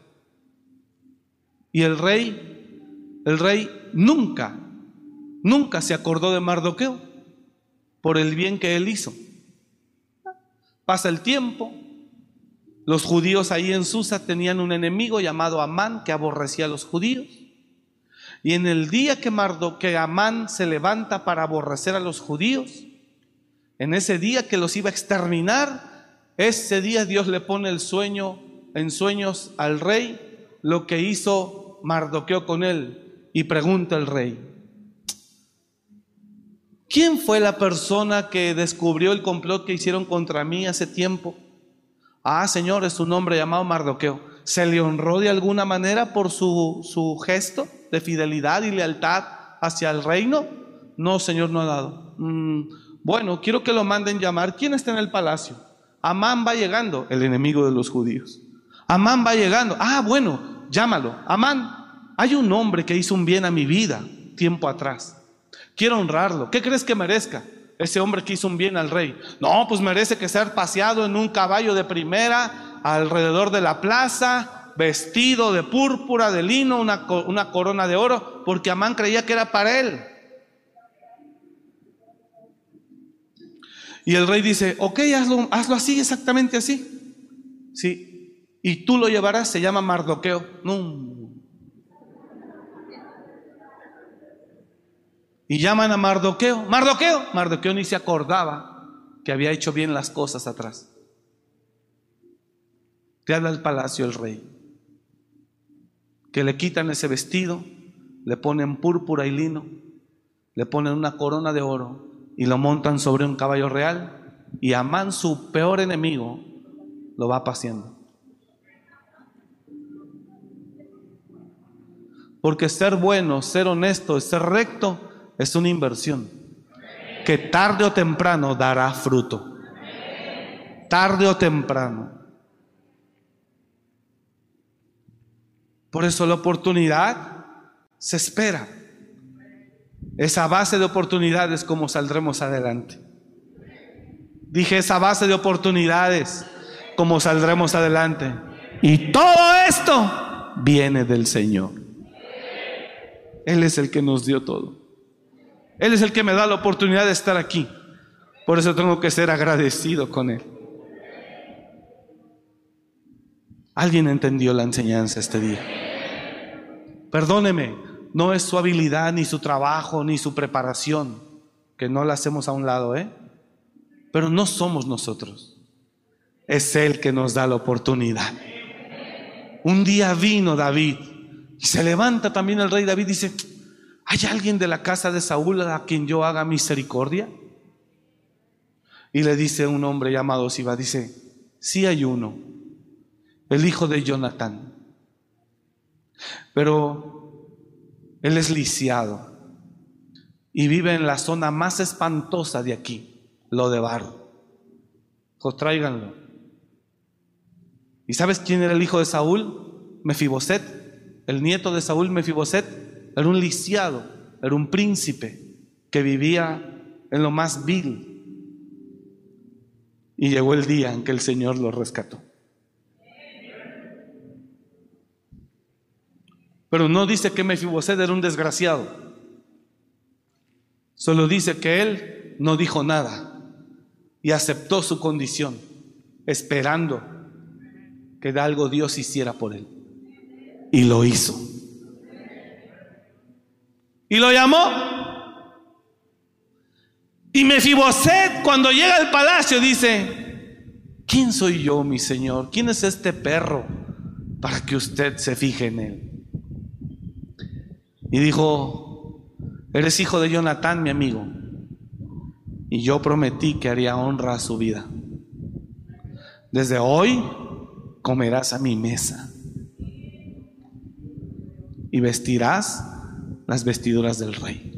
Y el rey nunca se acordó de Mardoqueo por el bien que él hizo. Pasa el tiempo, los judíos ahí en Susa tenían un enemigo llamado Amán que aborrecía a los judíos. Y en el día que Amán se levanta para aborrecer a los judíos, en ese día que los iba a exterminar, ese día Dios le pone en sueños al rey lo que hizo Mardoqueo con él. Y pregunta el rey, ¿quién fue la persona que descubrió el complot que hicieron contra mí hace tiempo? Ah, señor, es un hombre llamado Mardoqueo. ¿Se le honró de alguna manera por su gesto de fidelidad y lealtad hacia el reino? No, señor, no ha dado. Bueno, quiero que lo manden llamar. ¿Quién está en el palacio? Amán va llegando, el enemigo de los judíos. Amán va llegando. Ah, bueno, llámalo. Amán, hay un hombre que hizo un bien a mi vida tiempo atrás. Quiero honrarlo. ¿Qué crees que merezca ese hombre que hizo un bien al rey? No, pues merece que ser paseado en un caballo de primera alrededor de la plaza, vestido de púrpura, de lino, una corona de oro, porque Amán creía que era para él. Y el rey dice, ok, hazlo así, exactamente así. Sí, y tú lo llevarás, se llama Mardoqueo. No. Y llaman a Mardoqueo. Mardoqueo ni se acordaba que había hecho bien las cosas atrás. Te habla el palacio el rey, que le quitan ese vestido, le ponen púrpura y lino, le ponen una corona de oro y lo montan sobre un caballo real, y Amán, su peor enemigo, lo va paseando. Porque ser bueno, ser honesto, ser recto es una inversión que tarde o temprano dará fruto. Tarde o temprano. Por eso la oportunidad se espera. Esa base de oportunidades, como saldremos adelante. Dije, esa base de oportunidades, como saldremos adelante. Y todo esto viene del Señor. Él es el que nos dio todo. Él es el que me da la oportunidad de estar aquí. Por eso tengo que ser agradecido con Él. ¿Alguien entendió la enseñanza este día? Perdóneme, no es su habilidad, ni su trabajo, ni su preparación, que no la hacemos a un lado, pero no somos nosotros. Es Él que nos da la oportunidad. Un día vino David y se levanta también el rey David y dice, ¿hay alguien de la casa de Saúl a quien yo haga misericordia? Y le dice un hombre llamado Siba, dice, sí hay uno, el hijo de Jonatán, pero él es lisiado y vive en la zona más espantosa de aquí, Lodebar. Pues tráiganlo. ¿Y sabes quién era el hijo de Saúl? Mefiboset, el nieto de Saúl, Mefiboset. Era un lisiado, era un príncipe que vivía en lo más vil. Y llegó el día en que el Señor lo rescató. Pero no dice que Mefiboset era un desgraciado. Solo dice que él no dijo nada y aceptó su condición, esperando que de algo Dios hiciera por él. Y lo hizo. Y lo llamó. Y Mefiboset, cuando llega al palacio, dice, ¿quién soy yo, mi señor? ¿Quién es este perro para que usted se fije en él? Y dijo, eres hijo de Jonatán, mi amigo, y yo prometí que haría honra a su vida. Desde hoy comerás a mi mesa y vestirás las vestiduras del rey.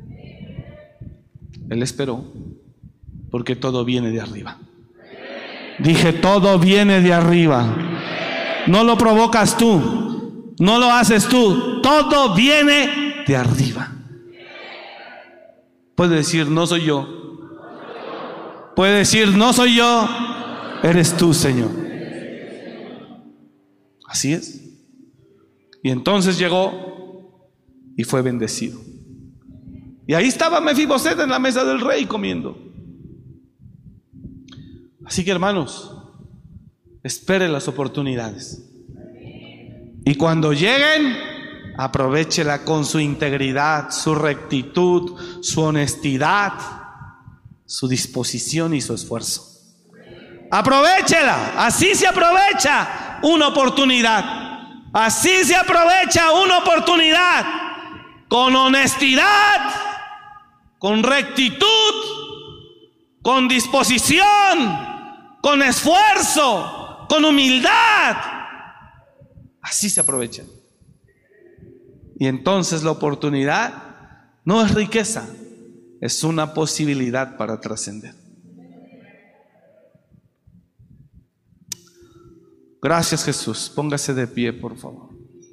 Él esperó, porque todo viene de arriba. Dije, todo viene de arriba. No lo provocas tú, no lo haces tú, todo viene de arriba. Puede decir, no soy yo. Puede decir, no soy yo, eres tú, Señor. Así es. Y entonces llegó y fue bendecido. Y ahí estaba Mefiboset en la mesa del rey comiendo. Así que, hermanos, espere las oportunidades. Y cuando lleguen, aprovéchela con su integridad, su rectitud, su honestidad, su disposición y su esfuerzo. Aprovéchela. Así se aprovecha una oportunidad. Así se aprovecha una oportunidad. Con honestidad, con rectitud, con disposición, con esfuerzo, con humildad. Así se aprovecha. Y entonces la oportunidad no es riqueza, es una posibilidad para trascender. Gracias, Jesús. Póngase de pie, por favor.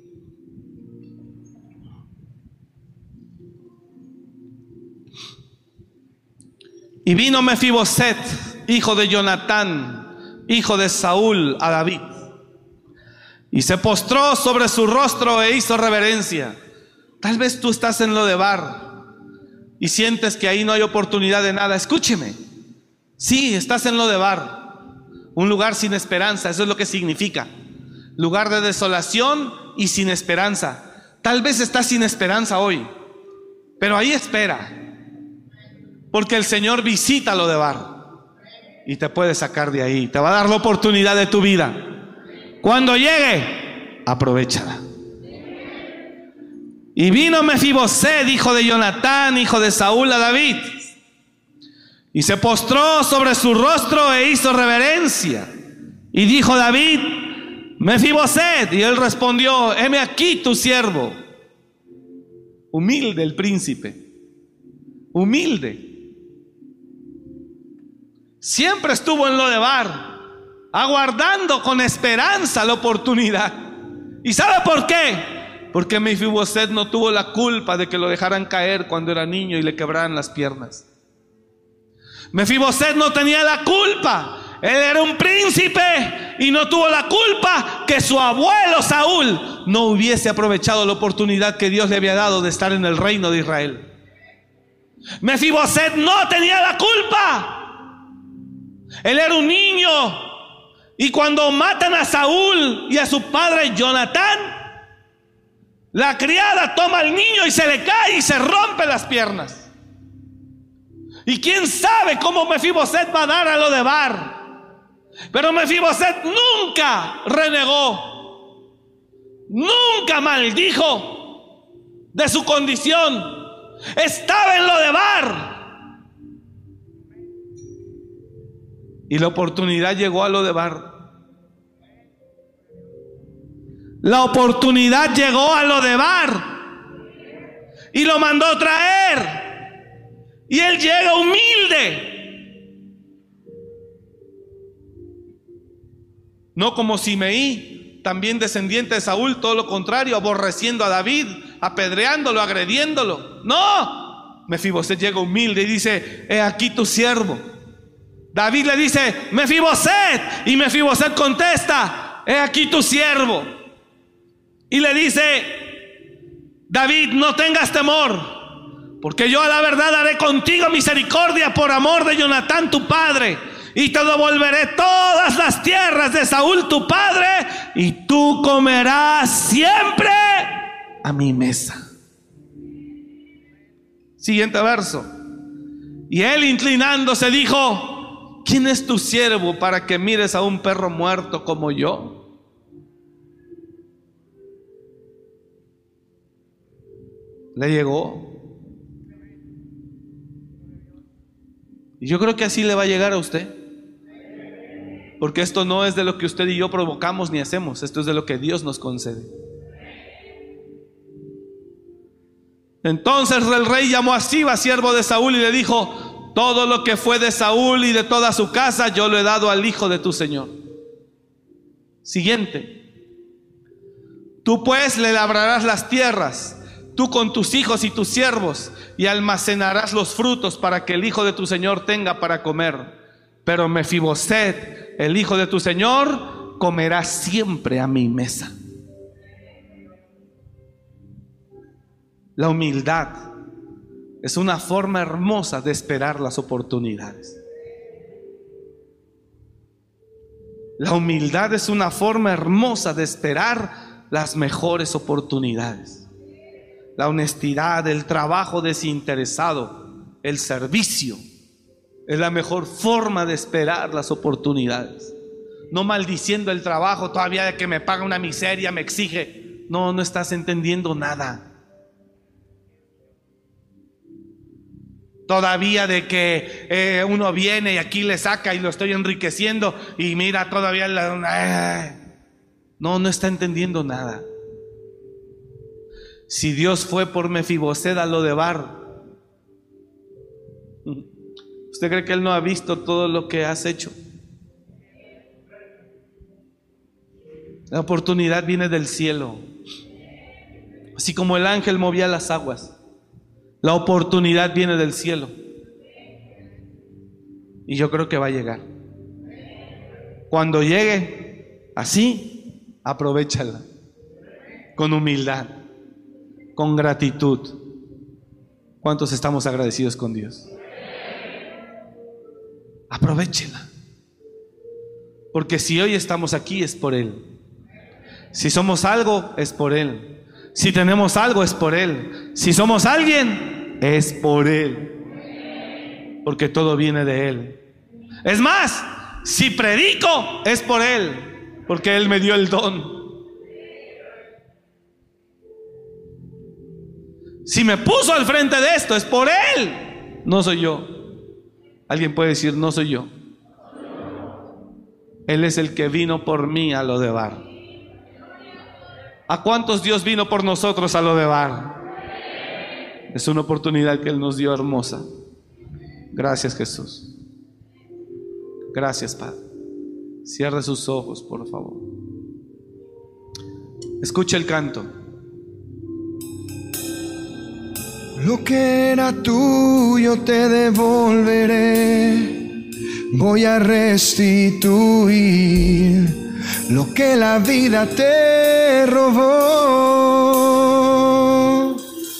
Y vino Mefiboset, hijo de Jonatán, hijo de Saúl, a David, y se postró sobre su rostro e hizo reverencia. Tal vez tú estás en Lodebar y sientes que ahí no hay oportunidad de nada. Escúcheme. Sí, estás en Lodebar, un lugar sin esperanza. Eso es lo que significa. Lugar de desolación y sin esperanza. Tal vez estás sin esperanza hoy, pero ahí espera, porque el Señor visita Lodebar y te puede sacar de ahí. Te va a dar la oportunidad de tu vida. Cuando llegue, aprovéchala. Y vino Mefiboset, hijo de Jonatán, hijo de Saúl, a David, y se postró sobre su rostro e hizo reverencia. Y dijo David: Mefiboset. Y él respondió: heme aquí tu siervo. Humilde el príncipe, humilde. Siempre estuvo en Lodebar, aguardando con esperanza la oportunidad. ¿Y sabe por qué? Porque Mefiboset no tuvo la culpa de que lo dejaran caer cuando era niño y le quebraran las piernas. Mefiboset no tenía la culpa. Él era un príncipe y no tuvo la culpa que su abuelo Saúl no hubiese aprovechado la oportunidad que Dios le había dado de estar en el reino de Israel. Mefiboset no tenía la culpa. Él era un niño, y cuando matan a Saúl y a su padre Jonatán, la criada toma al niño y se le cae y se rompe las piernas. Y quién sabe cómo Mefiboset va a dar a Lodebar. Pero Mefiboset nunca renegó, nunca maldijo de su condición. Estaba en Lodebar. Y la oportunidad llegó a Lodebar. La oportunidad llegó a Lodebar y lo mandó traer. Y él llega humilde, no como Simeí, también descendiente de Saúl, todo lo contrario, aborreciendo a David, apedreándolo, agrediéndolo. No, Mefiboset llega humilde y dice: he aquí tu siervo. David le dice: Mefiboset, y Mefiboset contesta: he aquí tu siervo. Y le dice David: no tengas temor, porque yo a la verdad haré contigo misericordia por amor de Jonatán tu padre, y te devolveré todas las tierras de Saúl tu padre, y tú comerás siempre a mi mesa. Siguiente verso. Y él, inclinándose, dijo: ¿quién es tu siervo para que mires a un perro muerto como yo? Le llegó. Y yo creo que así le va a llegar a usted. Porque esto no es de lo que usted y yo provocamos ni hacemos. Esto es de lo que Dios nos concede. Entonces el rey llamó a Siba, siervo de Saúl, y le dijo: todo lo que fue de Saúl y de toda su casa yo lo he dado al hijo de tu señor. Siguiente. Tú pues le labrarás las tierras, tú con tus hijos y tus siervos, y almacenarás los frutos para que el hijo de tu señor tenga para comer. Pero Mefiboset, el hijo de tu señor, comerá siempre a mi mesa. La humildad es una forma hermosa de esperar las oportunidades. La humildad es una forma hermosa de esperar las mejores oportunidades. La honestidad, el trabajo desinteresado, el servicio es la mejor forma de esperar las oportunidades. No maldiciendo el trabajo, todavía de que me paga una miseria, me exige. No, no estás entendiendo nada. Todavía de que uno viene y aquí le saca y lo estoy enriqueciendo y mira todavía no está entendiendo nada. Si Dios fue por Mefiboset a Lodebar, ¿usted cree que Él no ha visto todo lo que has hecho? La oportunidad viene del cielo. Así como el ángel movía las aguas, la oportunidad viene del cielo. Y yo creo que va a llegar. Cuando llegue, así, aprovéchala. Con humildad, con gratitud. ¿Cuántos estamos agradecidos con Dios? Aprovéchela. Porque si hoy estamos aquí es por Él. Si somos algo es por Él. Si tenemos algo es por Él. Si somos alguien es por Él. Porque todo viene de Él. Es más, si predico es por Él. Porque Él me dio el don. Si me puso al frente de esto es por Él. No soy yo. Alguien puede decir, no soy yo. Él es el que vino por mí a Lodebar. ¿A cuántos Dios vino por nosotros a Lodebar? Es una oportunidad que Él nos dio hermosa. Gracias, Jesús. Gracias, Padre. Cierre sus ojos, por favor. Escucha el canto. Lo que era tuyo te devolveré, voy a restituir lo que la vida te robó.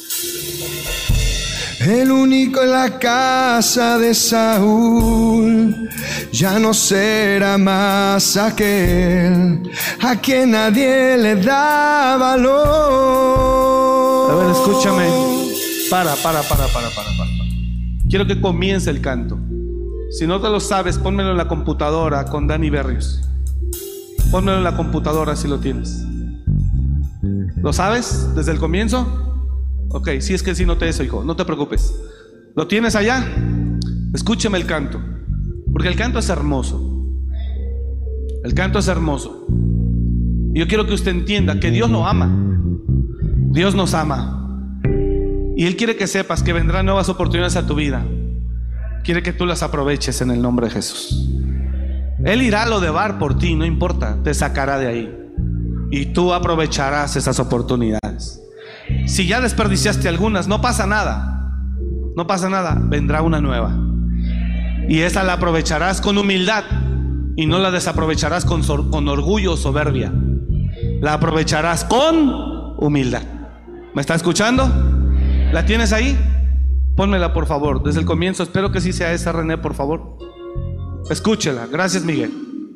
El único en la casa de Saúl ya no será más aquel a quien nadie le da valor. A ver, escúchame. Para. Quiero que comience el canto. Si no te lo sabes, pónmelo en la computadora con Dani Berrios. Pónmelo en la computadora si lo tienes. ¿Lo sabes desde el comienzo? Ok, si es que si no te eso, hijo, no te preocupes. ¿Lo tienes allá? Escúchame el canto. Porque el canto es hermoso. El canto es hermoso. Y yo quiero que usted entienda que Dios lo ama. Dios nos ama. Y Él quiere que sepas que vendrán nuevas oportunidades a tu vida. Quiere que tú las aproveches en el nombre de Jesús. Él irá a Lodebar por ti, no importa, te sacará de ahí. Y tú aprovecharás esas oportunidades. Si ya desperdiciaste algunas, no pasa nada. No pasa nada, vendrá una nueva. Y esa la aprovecharás con humildad. Y no la desaprovecharás con orgullo o soberbia. La aprovecharás con humildad. ¿Me está escuchando? ¿La tienes ahí? Pónmela, por favor, desde el comienzo. Espero que sí sea esa, René, por favor. Escúchela. Gracias, Miguel.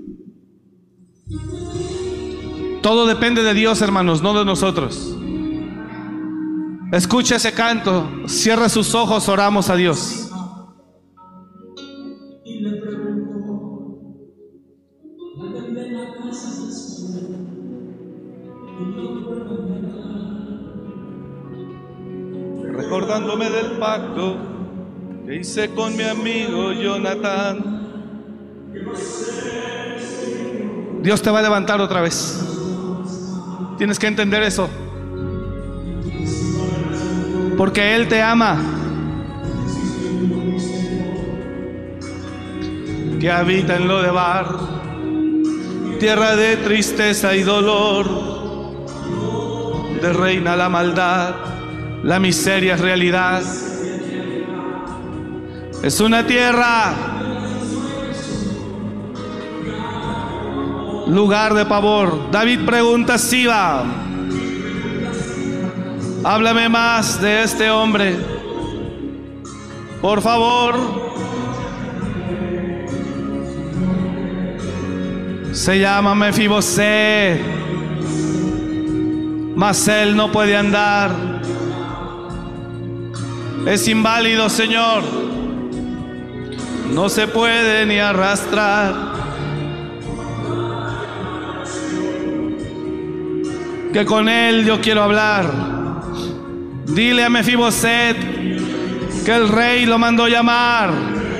Todo depende de Dios, hermanos, no de nosotros. Escucha ese canto. Cierra sus ojos, oramos a Dios. Recordándome del pacto que hice con mi amigo Jonathan. Dios te va a levantar otra vez. Tienes que entender eso. Porque Él te ama. Que habita en Lodebar, tierra de tristeza y dolor, de reina la maldad. La miseria es realidad. Es una tierra, lugar de pavor. David pregunta a Siba: háblame más de este hombre, por favor. Se llama Mefiboset, mas él no puede andar. Es inválido, Señor. No se puede ni arrastrar. Que con él yo quiero hablar. Dile a Mefiboset que el rey lo mandó llamar.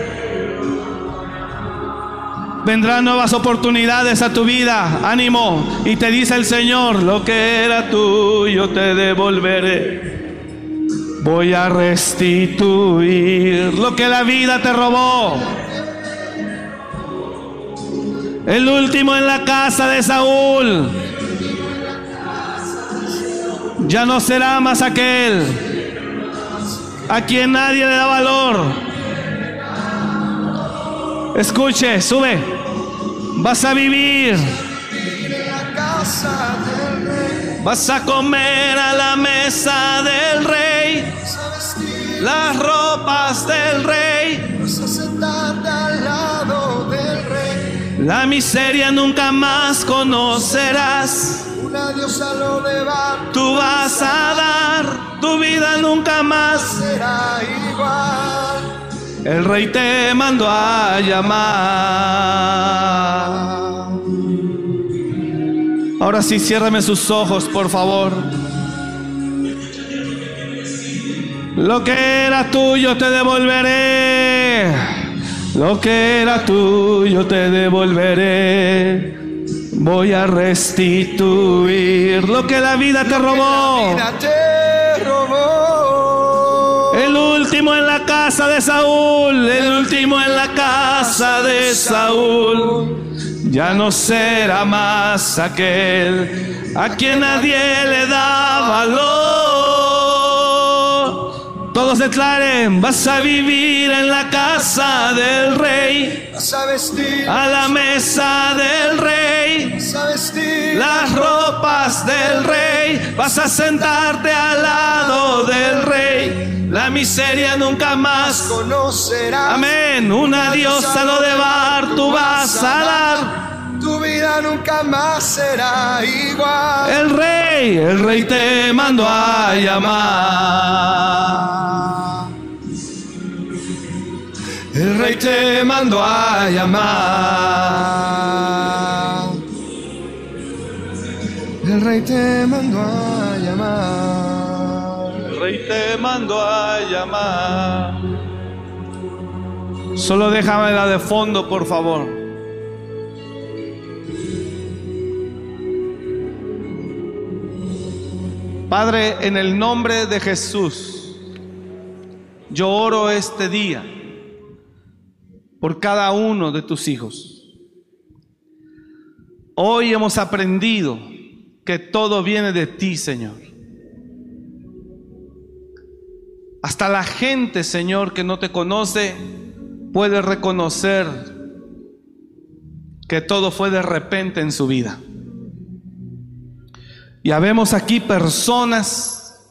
Vendrán nuevas oportunidades a tu vida. Ánimo. Y te dice el Señor: lo que era tuyo te devolveré. Voy a restituir lo que la vida te robó. El último en la casa de Saúl Ya no será más aquel a quien nadie le da valor. Escuche, sube. Vas a vivir. Vas a comer a la mesa del rey. Las ropas del rey. Vas a sentarte al lado del rey. La miseria nunca más conocerás. Una diosa lo levantará. Tú vas a dar, tu vida nunca más será igual. El rey te mandó a llamar. Ahora sí, ciérrame sus ojos, por favor. Lo que era tuyo te devolveré. Lo que era tuyo te devolveré. Voy a restituir lo que la vida te robó. El último en la casa de Saúl. El último en la casa de Saúl. Ya no será más aquel a quien nadie le da valor. Todos declaren: vas a vivir en la casa del rey. Vas a vestir a la mesa del rey. Vas a vestir las ropas del rey. Vas a sentarte al lado del rey. La miseria nunca más conocerás. Amén. Una diosa lo de bar tú vas a dar. Tu vida nunca más será igual. El rey te mandó a llamar. El rey te mandó a llamar. El rey te mandó a llamar. El rey te mandó a llamar. Solo déjame la de fondo, por favor. Padre, en el nombre de Jesús, yo oro este día por cada uno de tus hijos. Hoy hemos aprendido que todo viene de ti, Señor. Hasta la gente, Señor, que no te conoce, puede reconocer que todo fue de repente en su vida. Y habemos aquí personas,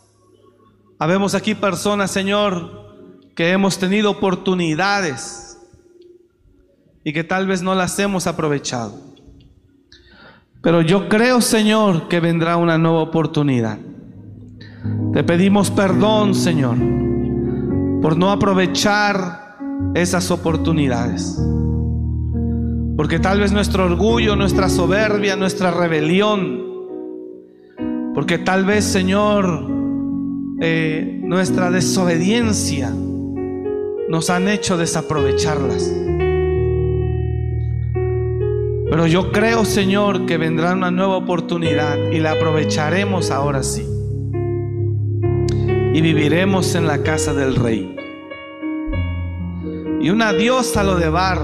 Señor, que hemos tenido oportunidades y que tal vez no las hemos aprovechado. Pero yo creo, Señor, que vendrá una nueva oportunidad. Te pedimos perdón, Señor, por no aprovechar esas oportunidades. Porque tal vez nuestro orgullo, nuestra soberbia, nuestra rebelión, porque tal vez, Señor, nuestra desobediencia nos han hecho desaprovecharlas. Pero yo creo, Señor, que vendrá una nueva oportunidad y la aprovecharemos ahora sí. Y viviremos en la casa del Rey. Y una diosa lo de bar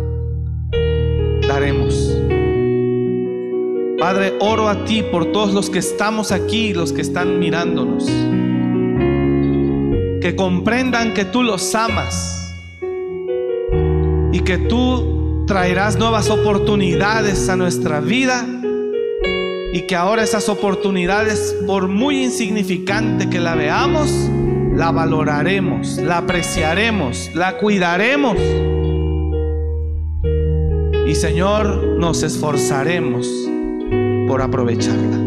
daremos. Padre, oro a ti por todos los que estamos aquí, los que están mirándonos, que comprendan que tú los amas y que tú traerás nuevas oportunidades a nuestra vida, y que ahora esas oportunidades, por muy insignificante que la veamos, la valoraremos, la apreciaremos, la cuidaremos. Y Señor, nos esforzaremos por aprovecharla.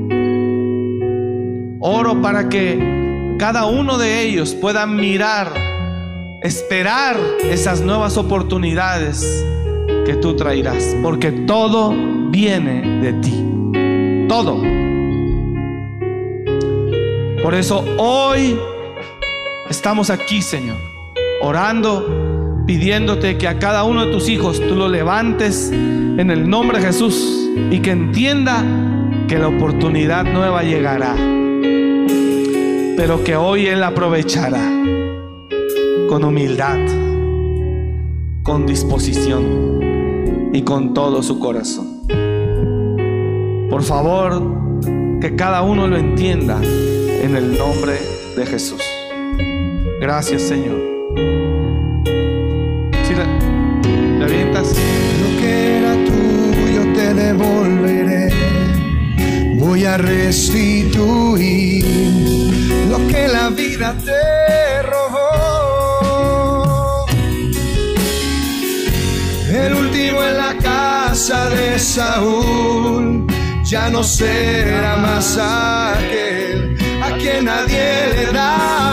Oro para que cada uno de ellos pueda mirar, esperar esas nuevas oportunidades que tú traerás, porque todo viene de ti, todo. Por eso hoy estamos aquí, Señor, orando, pidiéndote que a cada uno de tus hijos tú lo levantes en el nombre de Jesús, y que entienda que la oportunidad nueva llegará, pero que hoy Él aprovechará con humildad, con disposición y con todo su corazón. Por favor, Que cada uno lo entienda en el nombre de Jesús. Gracias, Señor. Si le avientas. Lo que era tuyo te devolveré. Voy a restituir lo que la vida te robó. El último en la casa de Saúl ya no será más aquel a quien nadie le da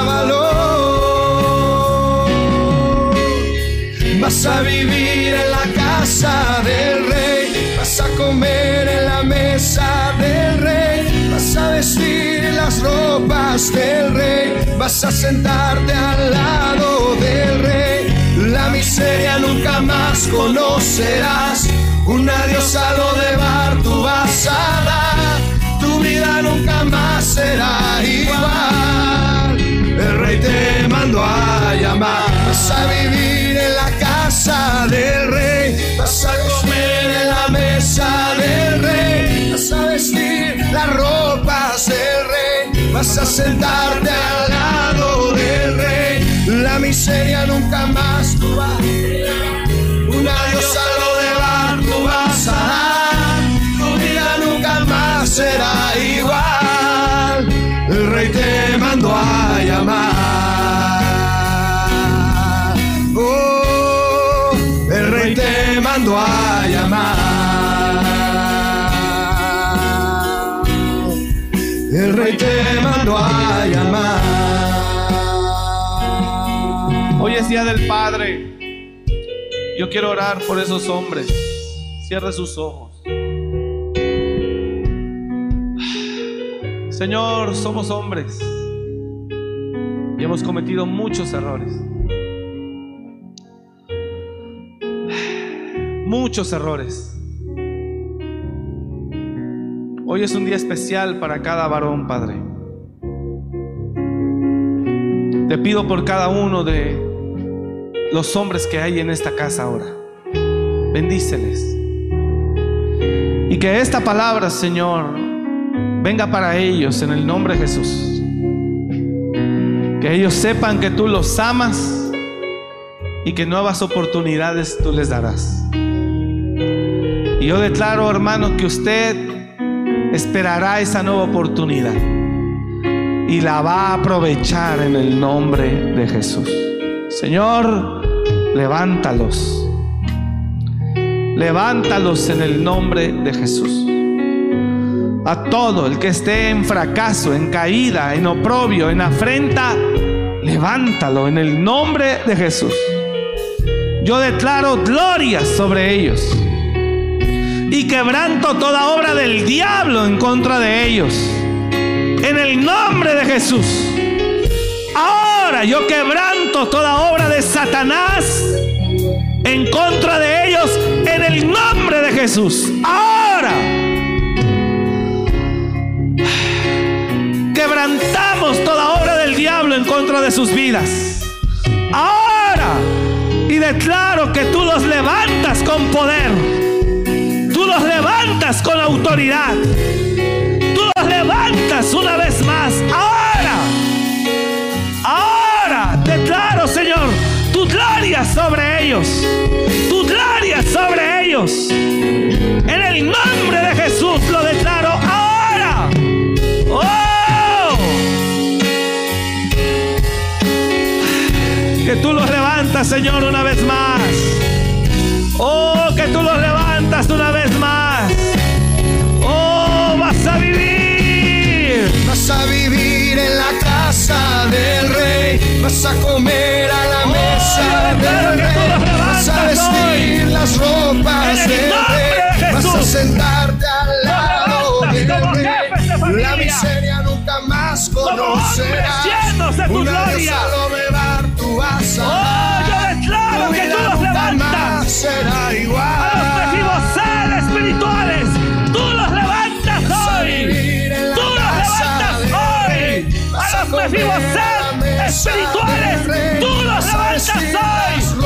valor. Vas a vivir en la casa del rey, vas a comer en la mesa del rey, vas a vestir las ropas del rey, vas a sentarte al lado del rey. La miseria nunca más conocerás, un adiós a lo de bar tú vas a dar, tu vida nunca más será igual. El rey te mandó a llamar, vas a vivir en la casa del rey, vas a comer en la mesa del rey, vas a vestir las ropas del rey, vas a sentarte al lado del rey. La miseria nunca más tú vas a dar, un adiós a lo de bar tú vas a dar, tu vida nunca más será igual. El rey te mandó a llamar, oh, el rey te mandó a llamar, el rey te mandó a llamar. Hoy es día del Padre. Yo quiero orar por esos hombres. Cierre sus ojos. Señor, somos hombres y hemos cometido muchos errores. Muchos errores. Hoy es un día especial para cada varón, Padre. Te pido por cada uno de los hombres que hay en esta casa ahora. Bendíceles. Y que esta palabra, Señor, venga para ellos en el nombre de Jesús. Que ellos sepan que tú los amas y que nuevas oportunidades tú les darás. Y yo declaro, hermano, que usted esperará esa nueva oportunidad y la va a aprovechar en el nombre de Jesús. Señor, levántalos. Levántalos en el nombre de Jesús. A todo el que esté en fracaso, en caída, en oprobio, en afrenta, levántalo en el nombre de Jesús. Yo declaro gloria sobre ellos y quebranto toda obra del diablo en contra de ellos en el nombre de Jesús. Ahora yo quebranto toda obra de Satanás en contra de ellos en el nombre de Jesús. Ahora quebrantamos toda obra del diablo en contra de sus vidas. Ahora, y declaro que tú los levantas con poder, tú los levantas con autoridad, tú los levantas una vez más. Ahora declaro, Señor, tu gloria sobre ellos, tu gloria sobre ellos. En el nombre de Jesús lo declaro ahora. ¡Oh! Que tú los levantas, Señor, una vez más. ¡Oh! Que tú los levantas una vez más. ¡Oh! Vas a vivir. Vas a vivir en la casa del rey, vas a comer a la mesa del rey, vas a vestir las ropas del rey, vas a sentarte al lado del rey. La miseria nunca más conocerás, una vez a lo beber tú vas a dar, tu vida nunca más será igual. A los seres espirituales, tú los levantas hoy. Tú los levantas hoy. A los mefiboset espirituales, tú los levantas hoy.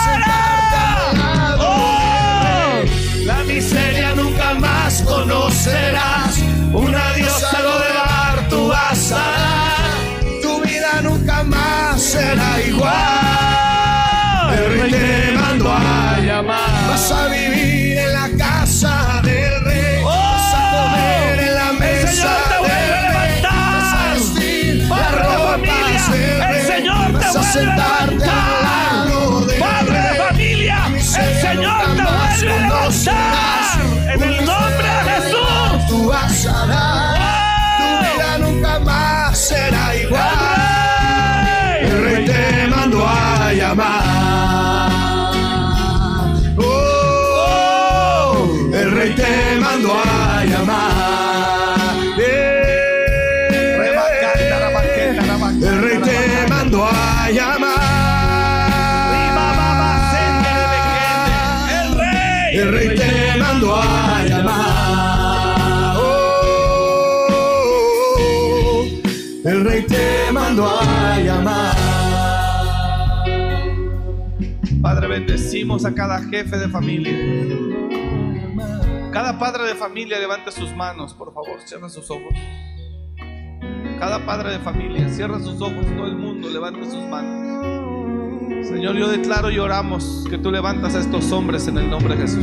Ahora. La miseria nunca más conocerás, Vas a vivir en la casa del Rey. Vas a comer en la mesa del Rey. Vas a vestir las ropas del Rey. Vas a sentarte al lado del Rey. Padre de familia, el Señor te vuelve a levantar. En el nombre de Jesús. Tú vas a dar. Tu vida nunca más será igual. El Rey te mandó a llamar. Oh, el Rey te mandó a llamar. El Rey te mandó a llamar. El Rey te mandó a llamar. Oh, el Rey te mandó a llamar. Padre, bendecimos a cada jefe de familia. Cada padre de familia levante sus manos, por favor, cierra sus ojos. Cada padre de familia cierra sus ojos, todo el mundo levante sus manos. Señor, yo declaro y oramos que tú levantas a estos hombres en el nombre de Jesús.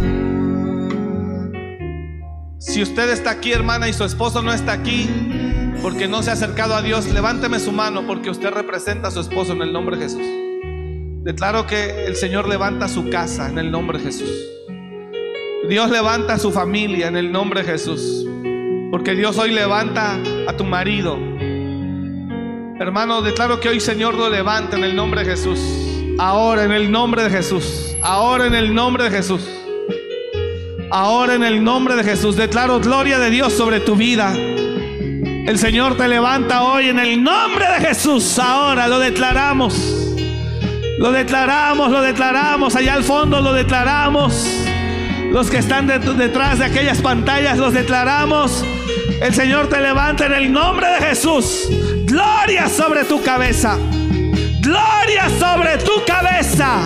Si usted está aquí, hermana, y su esposo no está aquí porque no se ha acercado a Dios, levánteme su mano porque usted representa a su esposo en el nombre de Jesús. Declaro que el Señor levanta su casa en el nombre de Jesús. Dios levanta a su familia en el nombre de Jesús, porque Dios hoy levanta a tu marido. Hermano, declaro que hoy Señor lo levanta en el nombre de Jesús. Ahora en el nombre de Jesús. Ahora en el nombre de Jesús. Ahora en el nombre de Jesús. Declaro gloria de Dios sobre tu vida. El Señor te levanta hoy en el nombre de Jesús. Ahora lo declaramos. Lo declaramos, lo declaramos. Allá al fondo lo declaramos. Los que están detrás de aquellas pantallas los declaramos. El Señor te levanta en el nombre de Jesús. Gloria sobre tu cabeza. Gloria sobre tu cabeza.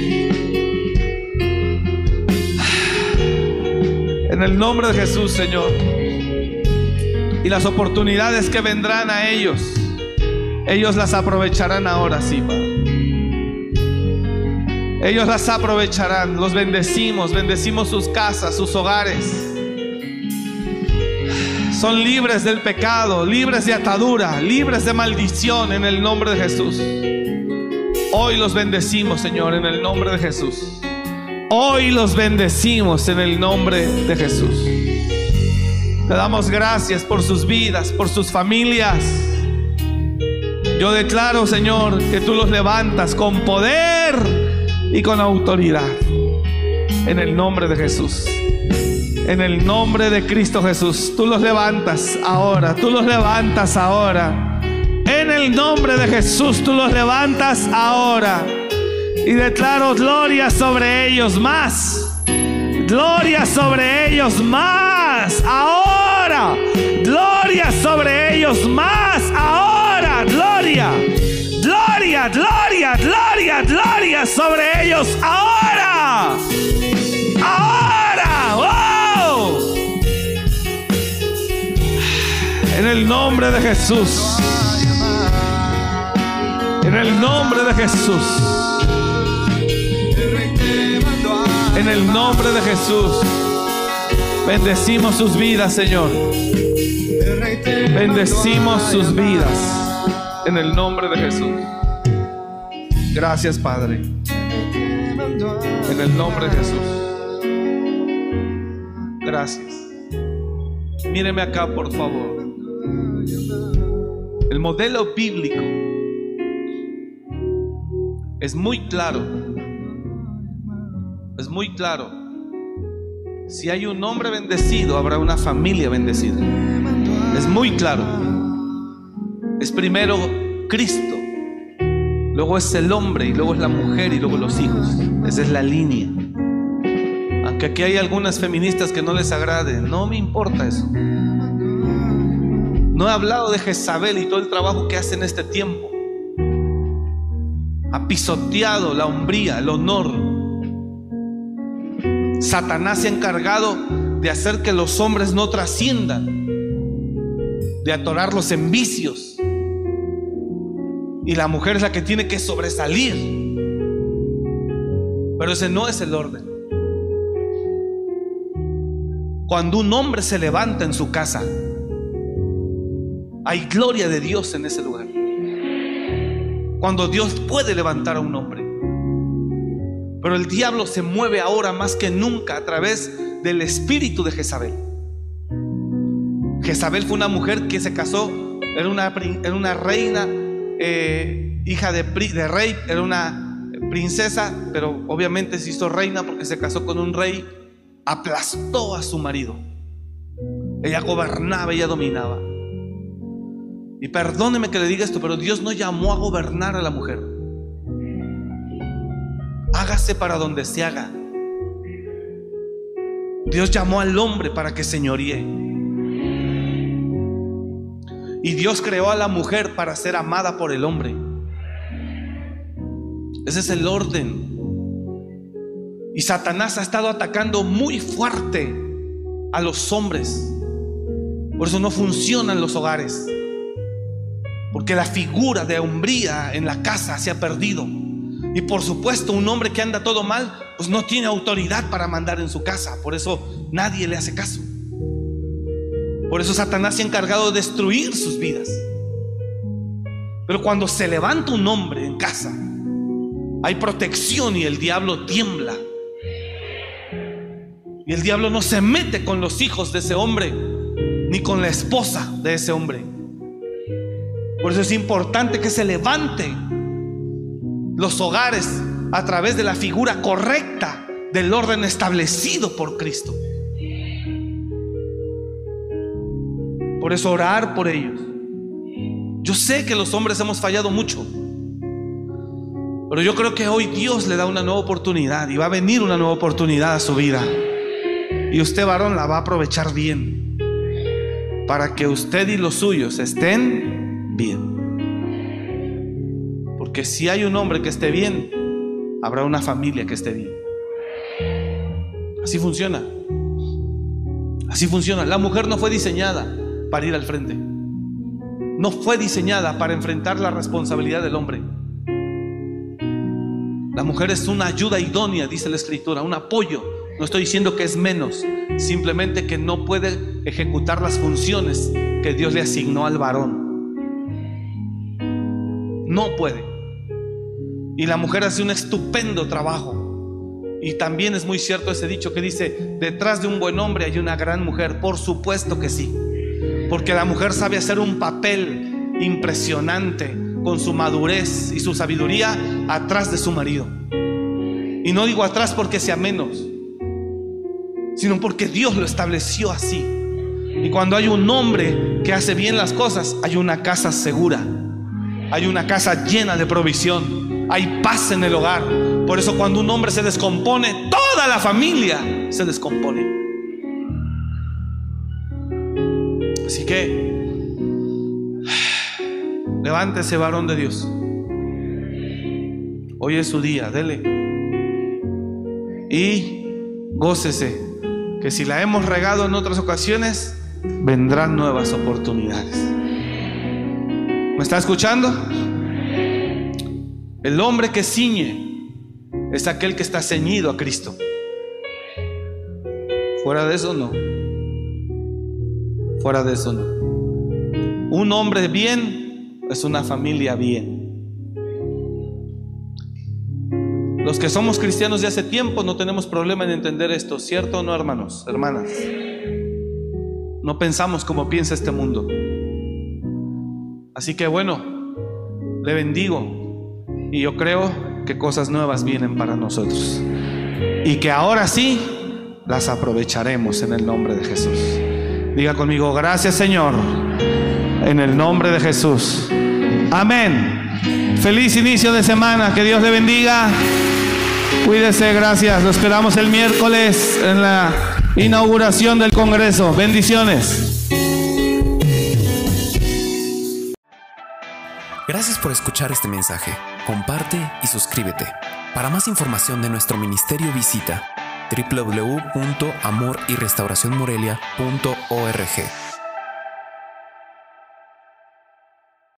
En el nombre de Jesús, Señor. Y las oportunidades que vendrán a ellos, ellos las aprovecharán ahora, sí, Padre. Ellos las aprovecharán. Los bendecimos, bendecimos sus casas, sus hogares. Son libres del pecado, libres de atadura, libres de maldición en el nombre de Jesús. Hoy los bendecimos, Señor, en el nombre de Jesús. Hoy los bendecimos en el nombre de Jesús. Te damos gracias por sus vidas, por sus familias. Yo declaro, Señor, que tú los levantas con poder y con autoridad. En el nombre de Jesús. En el nombre de Cristo Jesús. Tú los levantas ahora. Tú los levantas ahora. En el nombre de Jesús. Tú los levantas ahora. Y declaro gloria sobre ellos más. Gloria sobre ellos más. Ahora. Gloria sobre ellos más. Ahora. Gloria. Gloria, gloria, gloria, gloria sobre ellos ahora. Ahora. ¡Wow! En el nombre de Jesús. En el nombre de Jesús. En el nombre de Jesús. Bendecimos sus vidas, Señor. Bendecimos sus vidas. En el nombre de Jesús. Gracias, Padre. En el nombre de Jesús. Gracias. Míreme acá, por favor. El modelo bíblico es muy claro. Es muy claro. Si hay un hombre bendecido, habrá una familia bendecida. Es muy claro. Es primero Cristo, luego es el hombre, y luego es la mujer, y luego los hijos. Esa es la línea. Aunque aquí hay algunas feministas que no les agrade, no me importa eso. No he hablado de Jezabel y todo el trabajo que hace en este tiempo. Ha pisoteado la hombría, el honor. Satanás se ha encargado de hacer que los hombres no trasciendan, de atorarlos en vicios. Y la mujer es la que tiene que sobresalir. Pero ese no es el orden. Cuando un hombre se levanta en su casa, hay gloria de Dios en ese lugar. Cuando Dios puede levantar a un hombre. Pero el diablo se mueve ahora más que nunca a través del espíritu de Jezabel. Jezabel fue una mujer que se casó, era una reina, hija de rey, era una princesa, pero obviamente se hizo reina porque se casó con un rey. Aplastó a su marido. Ella gobernaba, ella dominaba. Y perdóneme que le diga esto, pero Dios no llamó a gobernar a la mujer. Hágase para donde se haga. Dios llamó al hombre para que señoríe. Y Dios creó a la mujer para ser amada por el hombre. Ese es el orden. Y Satanás ha estado atacando muy fuerte a los hombres. Por eso no funcionan los hogares. Porque la figura de hombría en la casa se ha perdido. Y por supuesto, un hombre que anda todo mal, pues no tiene autoridad para mandar en su casa. Por eso nadie le hace caso. Por eso Satanás se ha encargado de destruir sus vidas. Pero cuando se levanta un hombre en casa, hay protección y el diablo tiembla. Y el diablo no se mete con los hijos de ese hombre, ni con la esposa de ese hombre. Por eso es importante que se levante los hogares a través de la figura correcta del orden establecido por Cristo. Por eso orar por ellos. Yo sé que los hombres hemos fallado mucho, pero yo creo que hoy Dios le da una nueva oportunidad y va a venir una nueva oportunidad a su vida. Y usted, varón, la va a aprovechar bien para que usted y los suyos estén bien. Porque si hay un hombre que esté bien, habrá una familia que esté bien. Así funciona. Así funciona. La mujer no fue diseñada para ir al frente. No fue diseñada para enfrentar la responsabilidad del hombre. La mujer es una ayuda idónea, dice la Escritura, un apoyo. No estoy diciendo que es menos, simplemente que no puede ejecutar las funciones que Dios le asignó al varón. No puede. Y la mujer hace un estupendo trabajo. Y también es muy cierto ese dicho que dice: detrás de un buen hombre hay una gran mujer. Por supuesto que sí, porque la mujer sabe hacer un papel impresionante con su madurez y su sabiduría atrás de su marido. Y no digo atrás porque sea menos, sino porque Dios lo estableció así. Y cuando hay un hombre que hace bien las cosas, hay una casa segura, hay una casa llena de provisión, hay paz en el hogar. Por eso cuando un hombre se descompone, toda la familia se descompone. Así que levántese, varón de Dios. Hoy es su día, dele. Y gócese, que si la hemos regado en otras ocasiones, vendrán nuevas oportunidades. ¿Me está escuchando? El hombre que ciñe es aquel que está ceñido a Cristo. Fuera de eso no. Fuera de eso no. Un hombre bien es una familia bien. Los que somos cristianos de hace tiempo no tenemos problema en entender esto, ¿cierto o no, hermanos, hermanas? No pensamos como piensa este mundo. Así que bueno, le bendigo. Y yo creo que cosas nuevas vienen para nosotros. Y que ahora sí las aprovecharemos en el nombre de Jesús. Diga conmigo: gracias, Señor, en el nombre de Jesús. Amén. Feliz inicio de semana. Que Dios le bendiga. Cuídese, gracias. Lo esperamos el miércoles en la inauguración del Congreso. Bendiciones. Gracias por escuchar este mensaje. Comparte y suscríbete. Para más información de nuestro ministerio, visita www.amoryrestauracionmorelia.org.